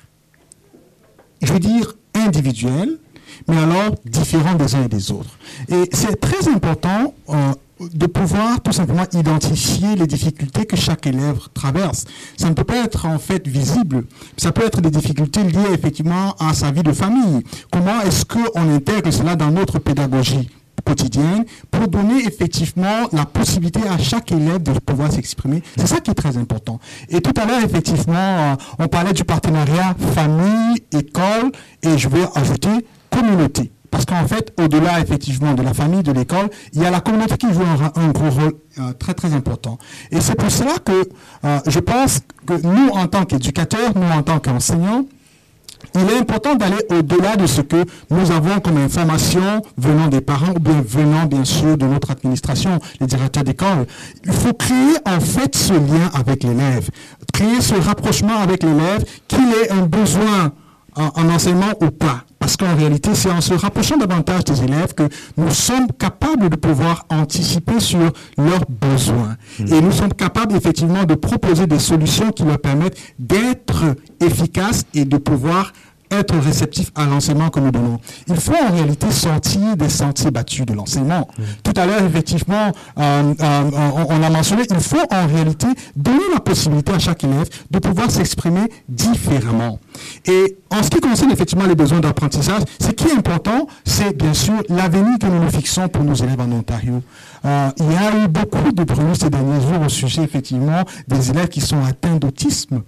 je veux dire, individuel, mais alors différent des uns et des autres. Et c'est très important euh, de pouvoir tout simplement identifier les difficultés que chaque élève traverse. Ça ne peut pas être en fait visible. Ça peut être des difficultés liées effectivement à sa vie de famille. Comment est-ce qu'on intègre cela dans notre pédagogie quotidienne pour donner effectivement la possibilité à chaque élève de pouvoir s'exprimer. C'est ça qui est très important. Et tout à l'heure, effectivement, euh, on parlait du partenariat famille, école, et je vais ajouter communauté. Parce qu'en fait, au-delà effectivement de la famille, de l'école, il y a la communauté qui joue un, un gros rôle euh, très très important. Et c'est pour cela que euh, je pense que nous, en tant qu'éducateurs, nous, en tant qu'enseignants, il est important d'aller au-delà de ce que nous avons comme information venant des parents ou bien venant bien sûr de notre administration, les directeurs d'école. Il faut créer en fait ce lien avec l'élève, créer ce rapprochement avec l'élève, qu'il ait un besoin en, en enseignement ou pas. Parce qu'en réalité, c'est en se rapprochant davantage des élèves que nous sommes capables de pouvoir anticiper sur leurs besoins. Mmh. Et nous sommes capables effectivement de proposer des solutions qui leur permettent d'être efficaces et de pouvoir être réceptifs à l'enseignement que nous donnons. Il faut en réalité sortir des sentiers battus de l'enseignement. Mmh. Tout à l'heure, effectivement, euh, euh, on, on a mentionné, il faut en réalité donner la possibilité à chaque élève de pouvoir s'exprimer différemment. Et en ce qui concerne effectivement les besoins d'apprentissage, ce qui est important, c'est bien sûr l'avenir que nous nous fixons pour nos élèves en Ontario. Euh, il y a eu beaucoup de bruit ces derniers jours au sujet effectivement des élèves qui sont atteints d'autisme.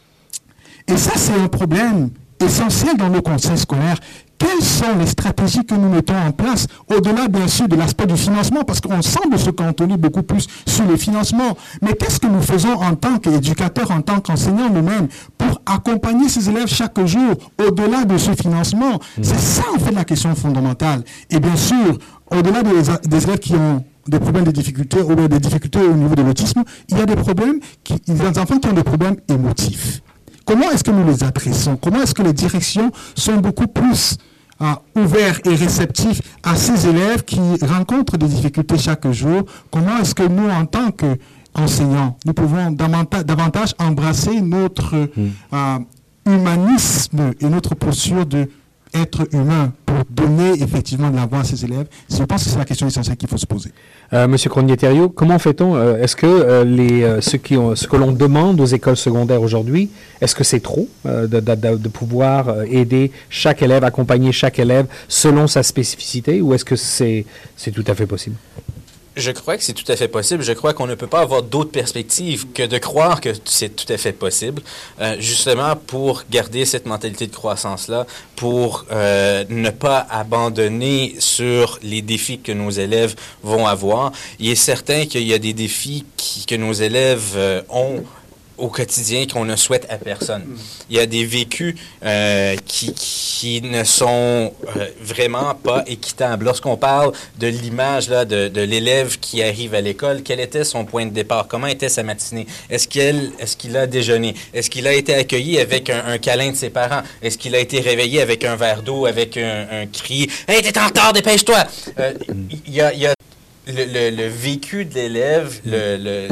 Et ça, c'est un problème essentiel dans nos conseils scolaires. Quelles sont les stratégies que nous mettons en place, au-delà bien sûr de l'aspect du financement, parce qu'on semble se cantonner beaucoup plus sur le financement. Mais qu'est-ce que nous faisons en tant qu'éducateurs, en tant qu'enseignants nous-mêmes, pour accompagner ces élèves chaque jour, au-delà de ce financement? Mmh. C'est ça en fait la question fondamentale. Et bien sûr, au-delà des, des élèves qui ont des problèmes de difficultés ou des difficultés au niveau de l'autisme, il y a des problèmes, qui, il y a des enfants qui ont des problèmes émotifs. Comment est-ce que nous les adressons? Comment est-ce que les directions sont beaucoup plus euh, ouvertes et réceptives à ces élèves qui rencontrent des difficultés chaque jour? Comment est-ce que nous, en tant qu'enseignants, nous pouvons davantage, davantage embrasser notre mmh. euh, humanisme et notre posture de être humain pour donner effectivement de la voix à ces élèves? Je pense que c'est la question essentielle qu'il faut se poser.
Euh, Monsieur Cronier-Thériault, comment fait-on? euh, Est-ce que euh, les euh, ce qui ont, ce que l'on demande aux écoles secondaires aujourd'hui, est-ce que c'est trop euh, de, de, de pouvoir euh, aider chaque élève, accompagner chaque élève selon sa spécificité, ou est-ce que c'est c'est tout à fait possible?
Je crois que c'est tout à fait possible. Je crois qu'on ne peut pas avoir d'autre perspective que de croire que c'est tout à fait possible, euh, justement pour garder cette mentalité de croissance-là, pour euh, ne pas abandonner sur les défis que nos élèves vont avoir. Il est certain qu'il y a des défis qui, que nos élèves euh, ont au quotidien qu'on ne souhaite à personne. Il y a des vécus euh, qui, qui ne sont euh, vraiment pas équitables. Lorsqu'on parle de l'image là, de, de l'élève qui arrive à l'école, quel était son point de départ? Comment était sa matinée? Est-ce qu'elle, est-ce qu'il a déjeuné? Est-ce qu'il a été accueilli avec un, un câlin de ses parents? Est-ce qu'il a été réveillé avec un verre d'eau, avec un, un cri « Hey, t'es en retard, dépêche-toi! Euh, » Il y a, il y a le, le, le vécu de l'élève, le... le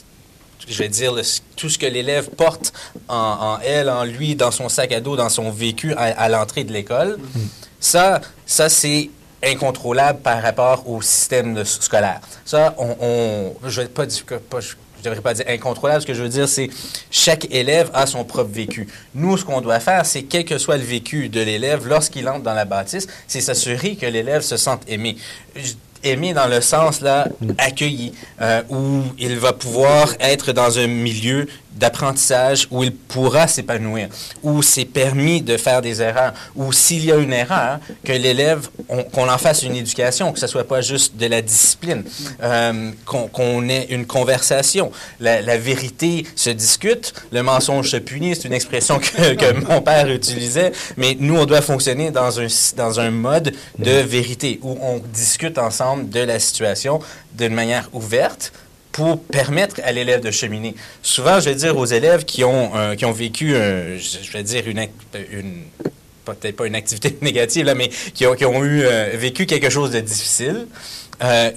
je vais dire, le, tout ce que l'élève porte en, en elle, en lui, dans son sac à dos, dans son vécu à, à l'entrée de l'école, mm. ça, ça c'est incontrôlable par rapport au système de, scolaire. Ça, on, on je ne vais pas dire, pas, je devrais pas dire incontrôlable, ce que je veux dire, c'est chaque élève a son propre vécu. Nous, ce qu'on doit faire, c'est quel que soit le vécu de l'élève, lorsqu'il entre dans la bâtisse, c'est s'assurer que l'élève se sente aimé. Je, aimé dans le sens, là, accueilli, euh, où il va pouvoir être dans un milieu d'apprentissage où il pourra s'épanouir, où c'est permis de faire des erreurs, où s'il y a une erreur, que l'élève, on, qu'on en fasse une éducation, que ce soit pas juste de la discipline, euh, qu'on, qu'on ait une conversation. La, la vérité se discute, le mensonge se punit, c'est une expression que, que mon père utilisait, mais nous, on doit fonctionner dans un, dans un mode de vérité, où on discute ensemble de la situation d'une manière ouverte, pour permettre à l'élève de cheminer. Souvent, je vais dire aux élèves qui ont, euh, qui ont vécu, euh, je vais dire, une, une peut-être pas une activité négative, là, mais qui ont, qui ont eu, euh, vécu quelque chose de difficile, euh,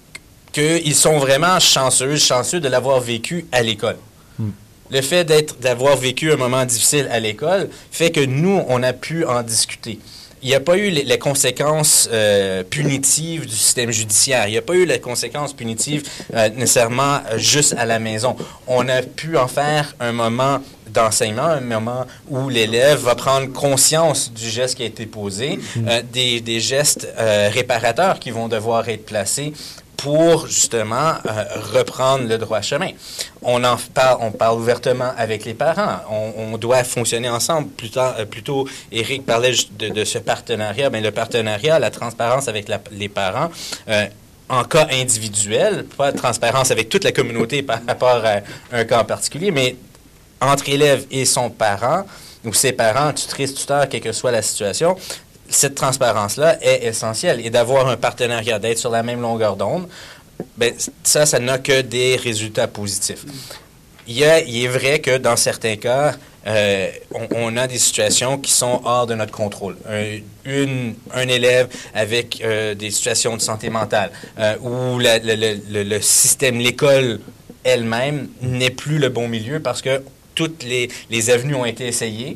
qu'ils sont vraiment chanceux, chanceux de l'avoir vécu à l'école. Mm. Le fait d'être, d'avoir vécu un moment difficile à l'école fait que nous, on a pu en discuter. Il n'y a pas eu les, les conséquences euh, punitives du système judiciaire. Il n'y a pas eu les conséquences punitives euh, nécessairement euh, juste à la maison. On a pu en faire un moment d'enseignement, un moment où l'élève va prendre conscience du geste qui a été posé, euh, des, des gestes euh, réparateurs qui vont devoir être placés pour justement euh, reprendre le droit chemin. On en parle, on parle ouvertement avec les parents. On, on doit fonctionner ensemble. Plus tard, euh, plutôt, Éric parlait de, de ce partenariat. Bien, le partenariat, la transparence avec la, les parents, euh, en cas individuel, pas de transparence avec toute la communauté par rapport à un cas en particulier, mais entre élève et son parent, ou ses parents, tutrices, tuteurs, quelle que soit la situation, cette transparence-là est essentielle. Et d'avoir un partenariat, d'être sur la même longueur d'onde, ben, ça, ça n'a que des résultats positifs. Il, y a, il est vrai que dans certains cas, euh, on, on a des situations qui sont hors de notre contrôle. Un, une, un élève avec euh, des situations de santé mentale, euh, où la, le, le, le système, l'école elle-même n'est plus le bon milieu parce que toutes les, les avenues ont été essayées.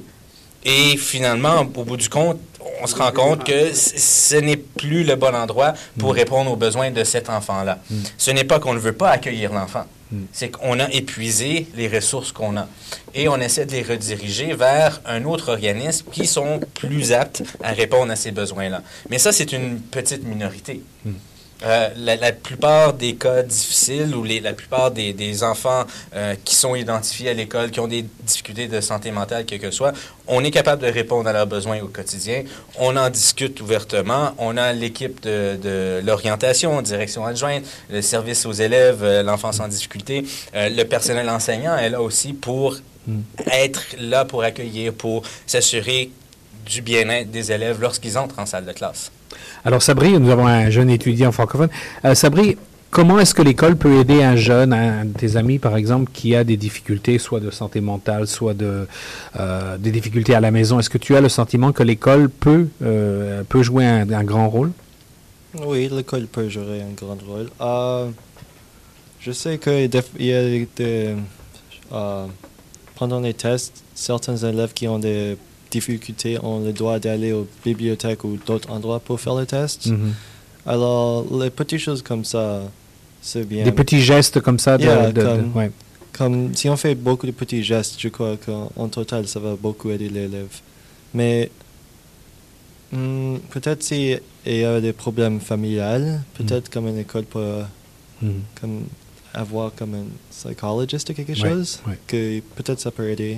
Et finalement, au bout du compte, on se rend compte que ce n'est plus le bon endroit pour répondre aux besoins de cet enfant-là. Mm. Ce n'est pas qu'on ne veut pas accueillir l'enfant. Mm. C'est qu'on a épuisé les ressources qu'on a. Et on essaie de les rediriger vers un autre organisme qui sont plus aptes à répondre à ces besoins-là. Mais ça, c'est une petite minorité. Mm. Euh, la, la plupart des cas difficiles ou les, la plupart des, des enfants euh, qui sont identifiés à l'école, qui ont des difficultés de santé mentale, quel que soit, on est capable de répondre à leurs besoins au quotidien. On en discute ouvertement. On a l'équipe de, de l'orientation, direction adjointe, le service aux élèves, euh, l'enfance en difficulté. Euh, le personnel enseignant est là aussi pour mm. être là pour accueillir, pour s'assurer du bien-être des élèves lorsqu'ils entrent en salle de classe.
Alors, Sabri, nous avons un jeune étudiant francophone. Euh, Sabri, comment est-ce que l'école peut aider un jeune, un de tes amis, par exemple, qui a des difficultés, soit de santé mentale, soit de, euh, des difficultés à la maison? Est-ce que tu as le sentiment que l'école peut, euh, peut jouer un, un grand rôle?
Oui, l'école peut jouer un grand rôle. Euh, je sais qu'il y a des, euh, pendant les tests, certains élèves qui ont des difficultés ont le droit d'aller aux bibliothèques ou d'autres endroits pour faire le test. Mm-hmm. Alors, les petites choses comme ça, c'est bien.
Des petits gestes comme ça? De,
yeah,
de,
comme,
de, ouais.
comme si on fait beaucoup de petits gestes, je crois qu'en total, ça va beaucoup aider l'élève. Mais hmm, peut-être s'il y a des problèmes familiaux, peut-être mm. comme une école peut mm. comme avoir comme un psychologiste ou quelque
ouais,
chose,
ouais.
que peut-être ça peut aider.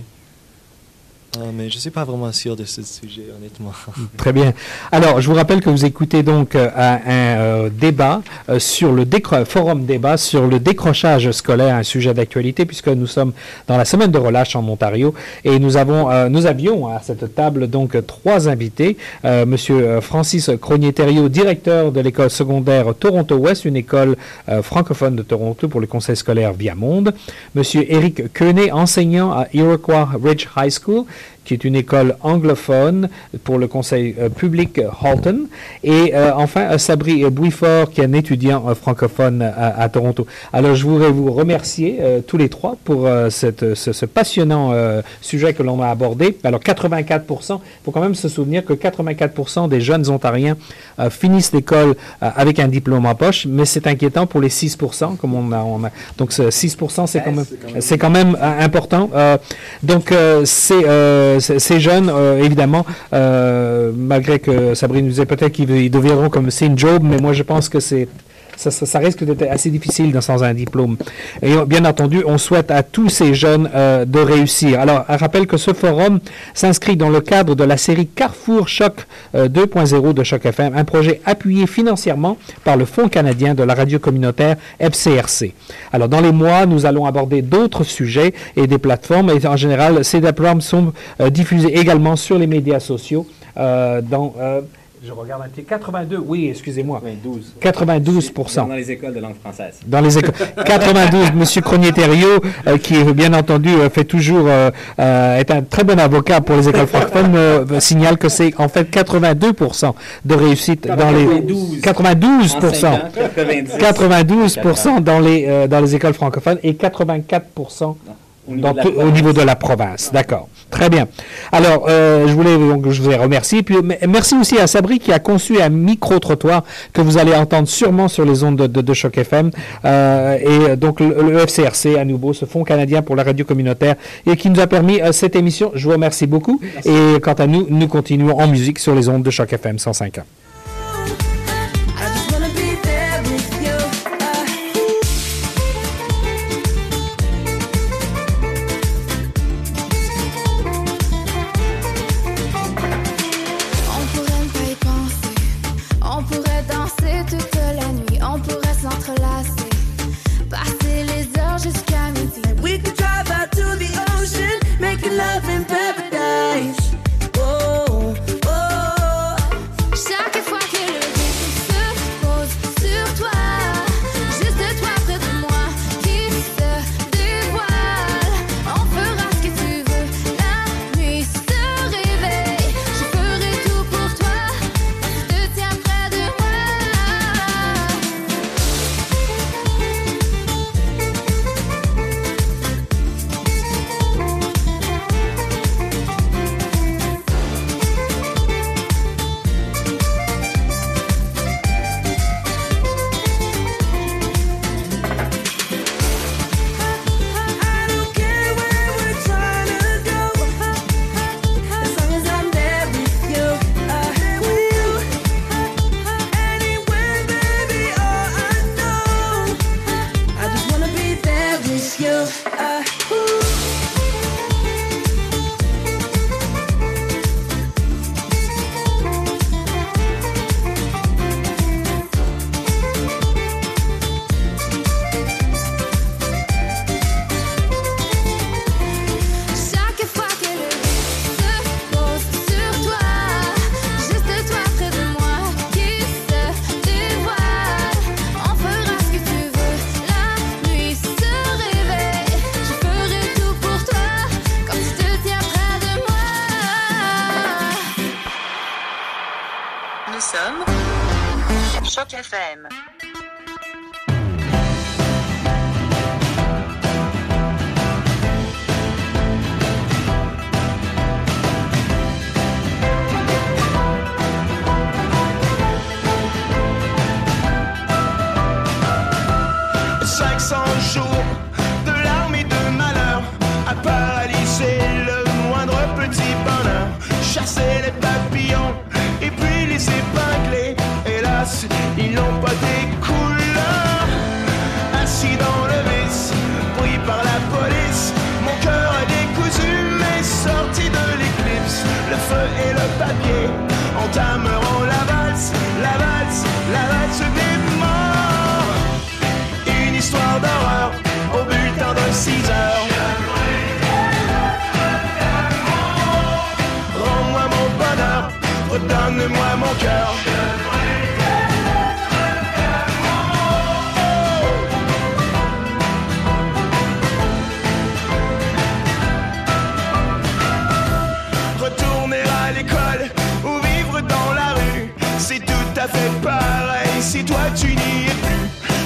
Euh, mais je ne suis pas vraiment sûr de ce sujet, honnêtement.
Très bien. Alors, je vous rappelle que vous écoutez donc euh, un, un euh, débat euh, sur le décro- forum débat sur le décrochage scolaire, un sujet d'actualité, puisque nous sommes dans la semaine de relâche en Ontario et nous avons, euh, nous avions à cette table donc trois invités. Euh, Monsieur Francis Cronier-Thériault, directeur de l'école secondaire Toronto-Ouest, une école euh, francophone de Toronto pour le conseil scolaire Viamonde. Monsieur Éric Quenet, enseignant à Iroquois Ridge High School, qui est une école anglophone pour le conseil euh, public euh, Halton. Et euh, enfin, euh, Sabri Bouifort, qui est un étudiant euh, francophone à, à Toronto. Alors, je voudrais vous remercier euh, tous les trois pour euh, cette, ce, ce passionnant euh, sujet que l'on a abordé. Alors, quatre-vingt-quatre pour cent, il faut quand même se souvenir que quatre-vingt-quatre pour cent des jeunes Ontariens euh, finissent l'école euh, avec un diplôme en poche, mais c'est inquiétant pour les six pour cent, comme on a... On a donc, ce six pour cent, c'est quand même, c'est quand même euh, important. Euh, donc, euh, c'est... Euh, ces jeunes, euh, évidemment, euh, malgré que Sabrine nous disait peut-être qu'ils deviendront comme Saint Job, mais moi je pense que c'est Ça, ça, ça risque d'être assez difficile dans, sans un diplôme. Et bien entendu, on souhaite à tous ces jeunes euh, de réussir. Alors, je rappelle que ce forum s'inscrit dans le cadre de la série Carrefour Choc euh, deux point zéro de Choc F M, un projet appuyé financièrement par le Fonds canadien de la radio communautaire F C R C. Alors, dans les mois, nous allons aborder d'autres sujets et des plateformes. Et en général, ces plateformes sont euh, diffusées également sur les médias sociaux euh, dans... Euh, Je regarde un petit. quatre-vingt-deux, oui, excusez-moi.
quatre-vingt-douze.
quatre-vingt-douze pour cent.
Dans les écoles de langue française.
Dans les écoles. quatre-vingt-douze, M. Cronier-Thériault, euh, qui, bien entendu, euh, fait toujours, euh, euh, est un très bon avocat pour les écoles francophones, euh, signale que c'est en fait quatre-vingt-deux pour cent de réussite dans les. quatre-vingt-douze pour cent. quatre-vingt-douze pour cent dans les, euh, dans les écoles francophones et quatre-vingt-quatre pour cent. Au niveau, tout, au niveau de la province. D'accord. Très bien. Alors, euh, je voulais donc je vous ai remercié. Puis merci aussi à Sabri qui a conçu un micro-trottoir que vous allez entendre sûrement sur les ondes de, de, de Choc F M. Euh, et donc le, le F C R C à nouveau, ce Fonds canadien pour la radio communautaire, et qui nous a permis euh, cette émission. Je vous remercie beaucoup. Merci. Et quant à nous, nous continuons en musique sur les ondes de Choc F M cent cinq ans.
Love in paradise. Oh, oh. Chaque fois que le vent se pose sur toi, juste toi près de moi qui se dévoile. On fera ce que tu veux, la nuit se réveille. Je ferai tout pour toi, je te tiens près de moi.
Choc F M.
cinq cents jours de larmes et de malheur à paralyser le moindre petit bonheur, chasser les papillons et puis les épingler. Hélas, ils n'ont pas des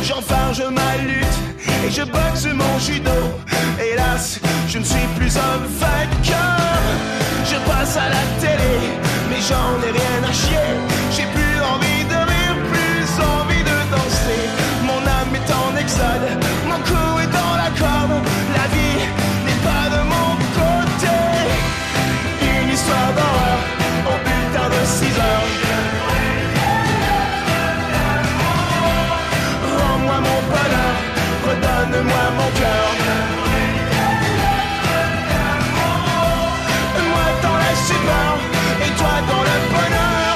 j'enfarge ma lutte et je boxe mon judo. Hélas, je ne suis plus un vainqueur. Je passe à la télé, mais j'en ai rien à chier. J'ai plus envie de rire, plus envie de danser. Mon âme est en exode, mon cou est dans la corde. La vie n'est pas de mon côté. Une histoire d'horreur au bulletin de six heures. Rends-moi mon bonheur, redonne-moi mon cœur. Moi dans la stupeur et toi dans le bonheur.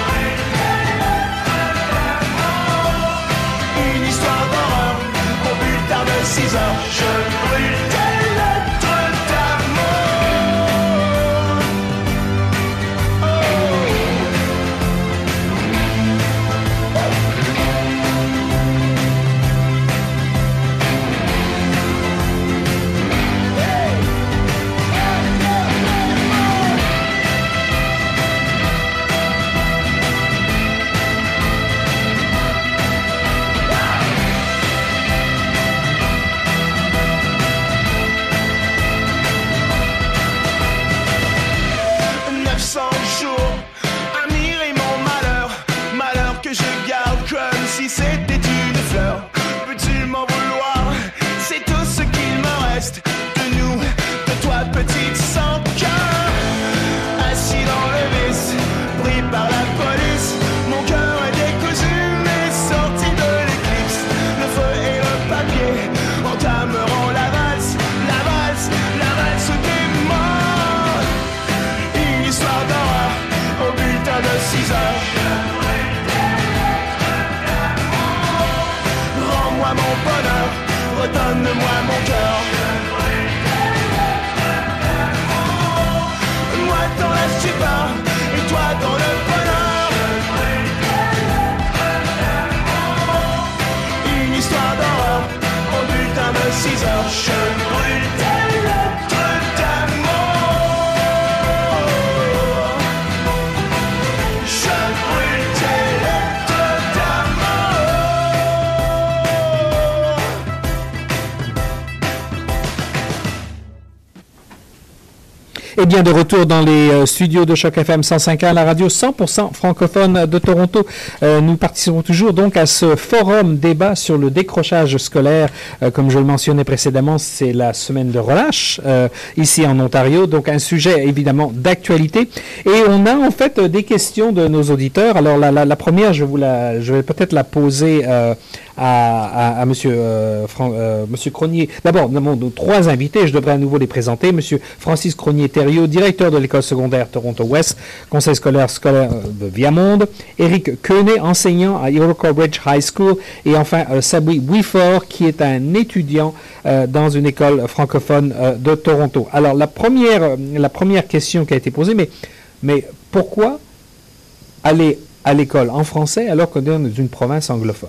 Une histoire d'horreur au bulletin de six heures. Je brûle tes lettres d'amour. Oh. neuf cents jours, admirer mon malheur, malheur que je garde comme si c'était une fleur. Peux-tu m'en vouloir? C'est tout ce qu'il me reste de nous, de toi petite sans cœur. Assis dans le vice, pris par la police, mon cœur est décousu mais sorti de l'éclipse. Le feu et le papier entameront la valse, la valse, la valse des morts. Une histoire d'horreur au bulletin de six heures. Rends-moi mon bonheur, redonne-moi mon cœur. Moi dans la stupeur et toi dans le bonheur. Une histoire d'horreur au bulletin de six heures. Je brûle tes lettres d'amour. Je brûle tes lettres d'amour.
Eh bien, de retour dans les euh, studios de Choc F M cent cinq point un, la radio cent pour cent francophone de Toronto. Euh, nous participons toujours donc à ce forum débat sur le décrochage scolaire. Euh, comme je le mentionnais précédemment, c'est la semaine de relâche euh, ici en Ontario. Donc, un sujet évidemment d'actualité. Et on a en fait des questions de nos auditeurs. Alors, la, la, la première, je, vous la, je vais peut-être la poser euh, à, à, à Monsieur, euh, Fran, euh, Monsieur Cronier. D'abord, nous avons nos trois invités. Je devrais à nouveau les présenter. Monsieur Francis Cronier-Thériault, directeur de l'école secondaire Toronto-Ouest, conseil scolaire scolaire de Viamonde. Éric Quenet, enseignant à Iroquois Ridge High School. Et enfin, euh, Sabri Wiefort, qui est un étudiant euh, dans une école francophone euh, de Toronto. Alors, la première, euh, la première question qui a été posée, mais, mais pourquoi aller à l'école en français alors qu'on est dans une province anglophone?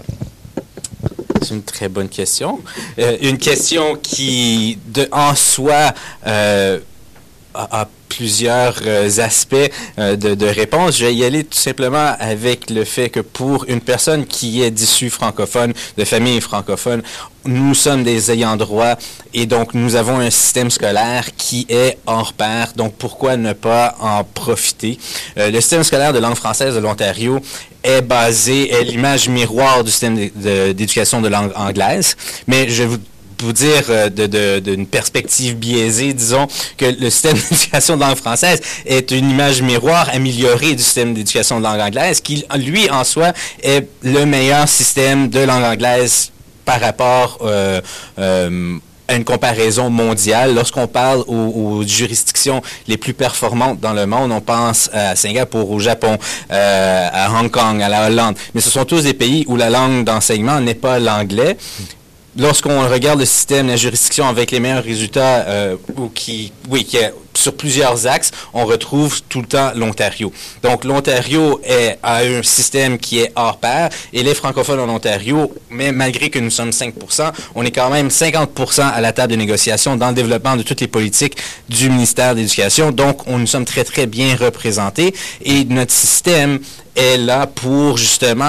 C'est une très bonne question. Euh, une question qui, de, en soi, euh, a, a plusieurs euh, aspects euh, de, de réponse. Je vais y aller tout simplement avec le fait que pour une personne qui est d'issue francophone, de famille francophone, nous sommes des ayants droit et donc nous avons un système scolaire qui est hors pair. Donc pourquoi ne pas en profiter? Euh, le système scolaire de langue française de l'Ontario est basé, est l'image miroir du système de, de, d'éducation de langue anglaise. Mais je vais vous vous dire euh, de, de, d'une perspective biaisée, disons, que le système d'éducation de langue française est une image miroir améliorée du système d'éducation de langue anglaise, qui, lui, en soi, est le meilleur système de langue anglaise par rapport euh, euh, à une comparaison mondiale. Lorsqu'on parle aux, aux juridictions les plus performantes dans le monde, on pense à Singapour, au Japon, euh, à Hong Kong, à la Hollande. Mais ce sont tous des pays où la langue d'enseignement n'est pas l'anglais. Lorsqu'on regarde le système, la juridiction avec les meilleurs résultats, euh, ou qui, oui, qui est sur plusieurs axes, on retrouve tout le temps l'Ontario. Donc, l'Ontario est, a un système qui est hors pair, et les francophones en Ontario, mais malgré que nous sommes cinq pour cent, on est quand même cinquante pour cent à la table de négociation dans le développement de toutes les politiques du ministère de l'Éducation. Donc, on, nous sommes très, très bien représentés, et notre système est là pour, justement,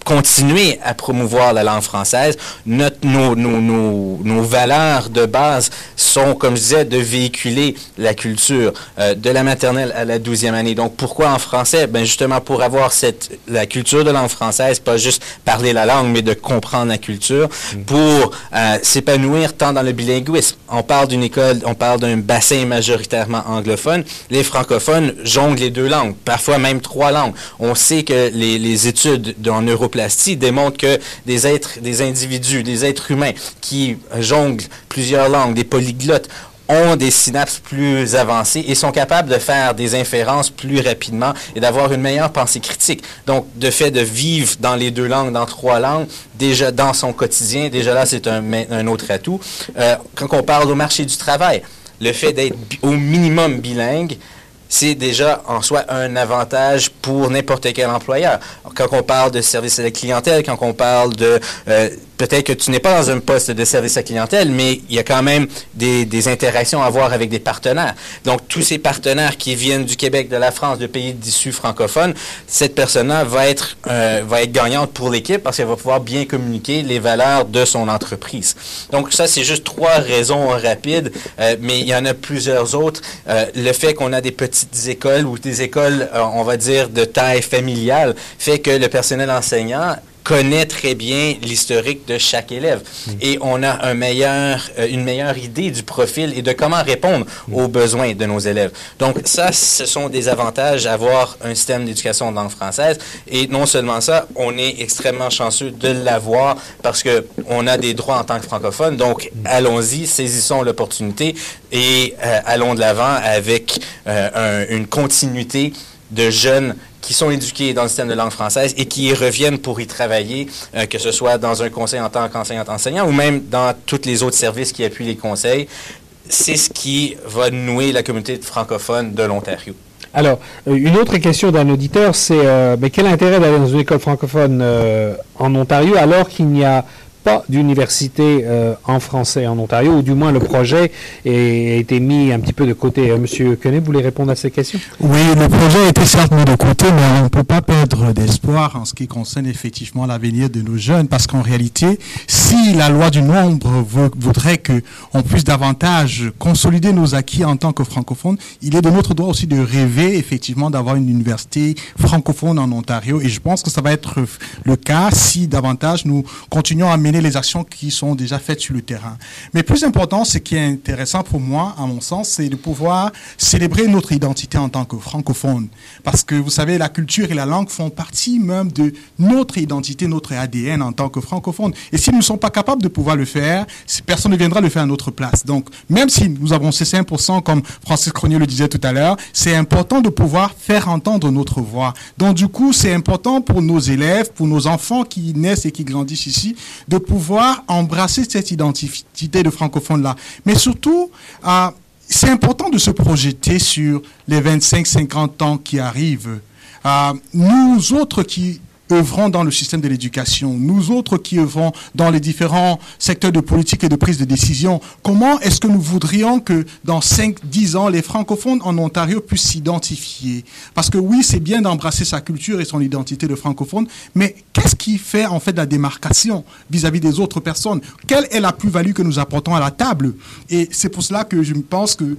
continuer à promouvoir la langue française. Notre, nos, nos, nos, nos valeurs de base sont, comme je disais, de véhiculer la culture euh, de la maternelle à la douzième année. Donc, pourquoi en français? Ben justement, pour avoir cette, la culture de langue française, pas juste parler la langue, mais de comprendre la culture, mmh. pour euh, s'épanouir tant dans le bilinguisme. On parle d'une école, on parle d'un bassin majoritairement anglophone. Les francophones jonglent les deux langues, parfois même trois langues. On sait que les, les études en neuroplastie démontrent que des êtres, des individus, des êtres humains qui jonglent plusieurs langues, des polyglottes, ont des synapses plus avancées et sont capables de faire des inférences plus rapidement et d'avoir une meilleure pensée critique. Donc, de fait de vivre dans les deux langues, dans trois langues, déjà dans son quotidien, déjà là, c'est un, un autre atout. Euh, quand on parle au marché du travail, le fait d'être au minimum bilingue, c'est déjà en soi un avantage pour n'importe quel employeur. Quand on parle de service à la clientèle, quand on parle de... Euh, peut-être que tu n'es pas dans un poste de service à clientèle, mais il y a quand même des, des interactions à avoir avec des partenaires. Donc, tous ces partenaires qui viennent du Québec, de la France, de pays d'issue francophone, cette personne-là va être, euh, va être gagnante pour l'équipe parce qu'elle va pouvoir bien communiquer les valeurs de son entreprise. Donc, ça, c'est juste trois raisons rapides, euh, mais il y en a plusieurs autres. Euh, le fait qu'on a des petites écoles ou des écoles, euh, on va dire, de taille familiale, fait que le personnel enseignant connaît très bien l'historique de chaque élève. Mmh. Et on a un meilleur, euh, une meilleure idée du profil et de comment répondre mmh. aux besoins de nos élèves. Donc ça, ce sont des avantages d'avoir un système d'éducation de langue française. Et non seulement ça, on est extrêmement chanceux de l'avoir parce que on a des droits en tant que francophone. Donc, mmh. allons-y, saisissons l'opportunité et euh, allons de l'avant avec euh, un, une continuité de jeunes qui sont éduqués dans le système de langue française et qui y reviennent pour y travailler, euh, que ce soit dans un conseil en tant qu'enseignant-enseignant ou même dans tous les autres services qui appuient les conseils. C'est ce qui va nouer la communauté francophone de l'Ontario.
Alors, une autre question d'un auditeur, c'est euh, ben, quel intérêt d'aller dans une école francophone euh, en Ontario alors qu'il n'y a pas d'université euh, en français en Ontario, ou du moins le projet a été mis un petit peu de côté. Euh, Monsieur Quenet, vous voulez répondre à ces questions?
Oui, le projet a été certes mis de côté, mais on ne peut pas perdre d'espoir en ce qui concerne effectivement l'avenir de nos jeunes, parce qu'en réalité, si la loi du nombre voudrait que on puisse davantage consolider nos acquis en tant que francophones, il est de notre droit aussi de rêver effectivement d'avoir une université francophone en Ontario, et je pense que ça va être le cas si davantage nous continuons à mener les actions qui sont déjà faites sur le terrain. Mais plus important, ce qui est intéressant pour moi, à mon sens, c'est de pouvoir célébrer notre identité en tant que francophone. Parce que, vous savez, la culture et la langue font partie même de notre identité, notre A D N en tant que francophone. Et si nous ne sommes pas capables de pouvoir le faire, personne ne viendra le faire à notre place. Donc, même si nous avons ces cinq pour cent, comme Francis Cronier le disait tout à l'heure, c'est important de pouvoir faire entendre notre voix. Donc, du coup, c'est important pour nos élèves, pour nos enfants qui naissent et qui grandissent ici, de pouvoir embrasser cette identité de francophone-là. Mais surtout, euh, c'est important de se projeter sur les vingt-cinq à cinquante ans qui arrivent. Euh, nous autres qui œuvrons dans le système de l'éducation, nous autres qui œuvrons dans les différents secteurs de politique et de prise de décision, comment est-ce que nous voudrions que dans cinq à dix ans, les francophones en Ontario puissent s'identifier? Parce que oui, c'est bien d'embrasser sa culture et son identité de francophone, mais qu'est-ce qui fait en fait la démarcation vis-à-vis des autres personnes? Quelle est la plus-value que nous apportons à la table? Et c'est pour cela que je pense que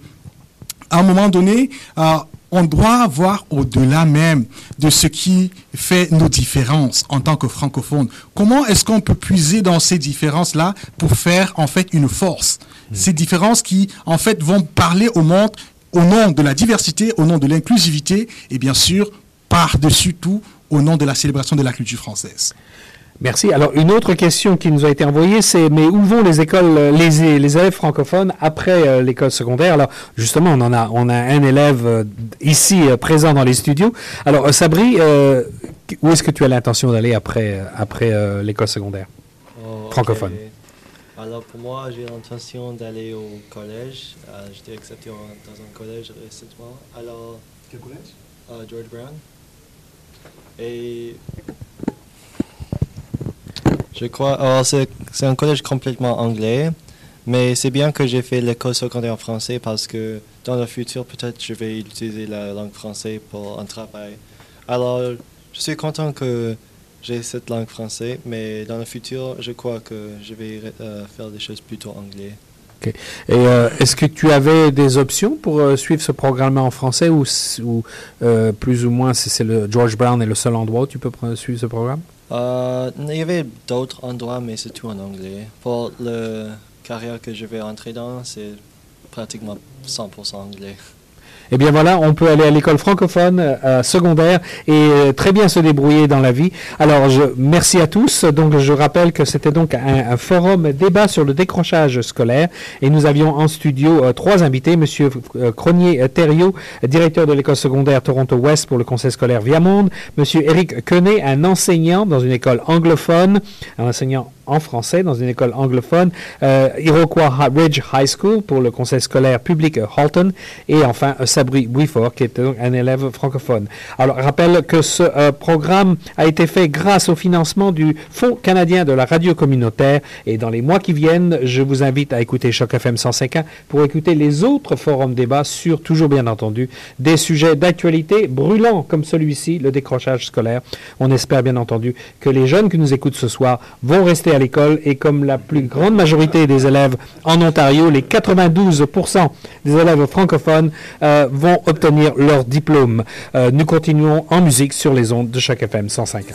à un moment donné, euh, on doit voir au-delà même de ce qui fait nos différences en tant que francophones. Comment est-ce qu'on peut puiser dans ces différences-là pour faire en fait une force? Mmh. Ces différences qui en fait vont parler au monde au nom de la diversité, au nom de l'inclusivité et bien sûr par-dessus tout au nom de la célébration de la culture française.
Merci. Alors, une autre question qui nous a été envoyée, c'est mais où vont les écoles, les, les élèves francophones après euh, l'école secondaire? Alors, justement, on en a, on a un élève euh, ici euh, présent dans les studios. Alors, euh, Sabri, euh, où est-ce que tu as l'intention d'aller après, euh, après euh, l'école secondaire
oh,
francophone?
Okay. Alors, pour moi, j'ai l'intention d'aller au collège. Euh, J'étais accepté en, dans un collège récemment. Alors,
quel collège?
euh, George Brown. Et je crois, alors c'est, c'est un collège complètement anglais, mais c'est bien que j'ai fait l'école secondaire en français parce que dans le futur, peut-être je vais utiliser la langue française pour un travail. Alors, je suis content que j'ai cette langue française, mais dans le futur, je crois que je vais euh, faire des choses plutôt anglais.
Okay. Et euh, est-ce que tu avais des options pour euh, suivre ce programme en français ou, ou euh, plus ou moins c'est, c'est le George Brown est le seul endroit où tu peux pr- suivre ce programme?
Euh, il y avait d'autres endroits, mais c'est tout en anglais. Pour la carrière que je vais entrer dans, c'est pratiquement cent pour cent anglais.
Eh bien voilà, on peut aller à l'école francophone euh, secondaire et euh, très bien se débrouiller dans la vie. Alors, je, merci à tous. Donc, je rappelle que c'était donc un, un forum débat sur le décrochage scolaire et nous avions en studio euh, trois invités. Monsieur euh, Cronier-Thériault, directeur de l'école secondaire Toronto-Ouest pour le conseil scolaire Viamonde. Monsieur Éric Quenet, un enseignant dans une école anglophone, un enseignant en français dans une école anglophone, euh, Iroquois Ridge High School pour le conseil scolaire public euh, Halton, et enfin euh, Sabri Bouifort qui est donc un élève francophone. Alors, rappelle que ce euh, programme a été fait grâce au financement du Fonds canadien de la radio communautaire, et dans les mois qui viennent, je vous invite à écouter Choc F M cent cinq point un pour écouter les autres forums débats sur, toujours bien entendu, des sujets d'actualité brûlants comme celui-ci, le décrochage scolaire. On espère bien entendu que les jeunes qui nous écoutent ce soir vont rester à l'école et comme la plus grande majorité des élèves en Ontario, les quatre-vingt-douze pour cent des élèves francophones euh, vont obtenir leur diplôme. Euh, nous continuons en musique sur les ondes de Choc F M cent cinq.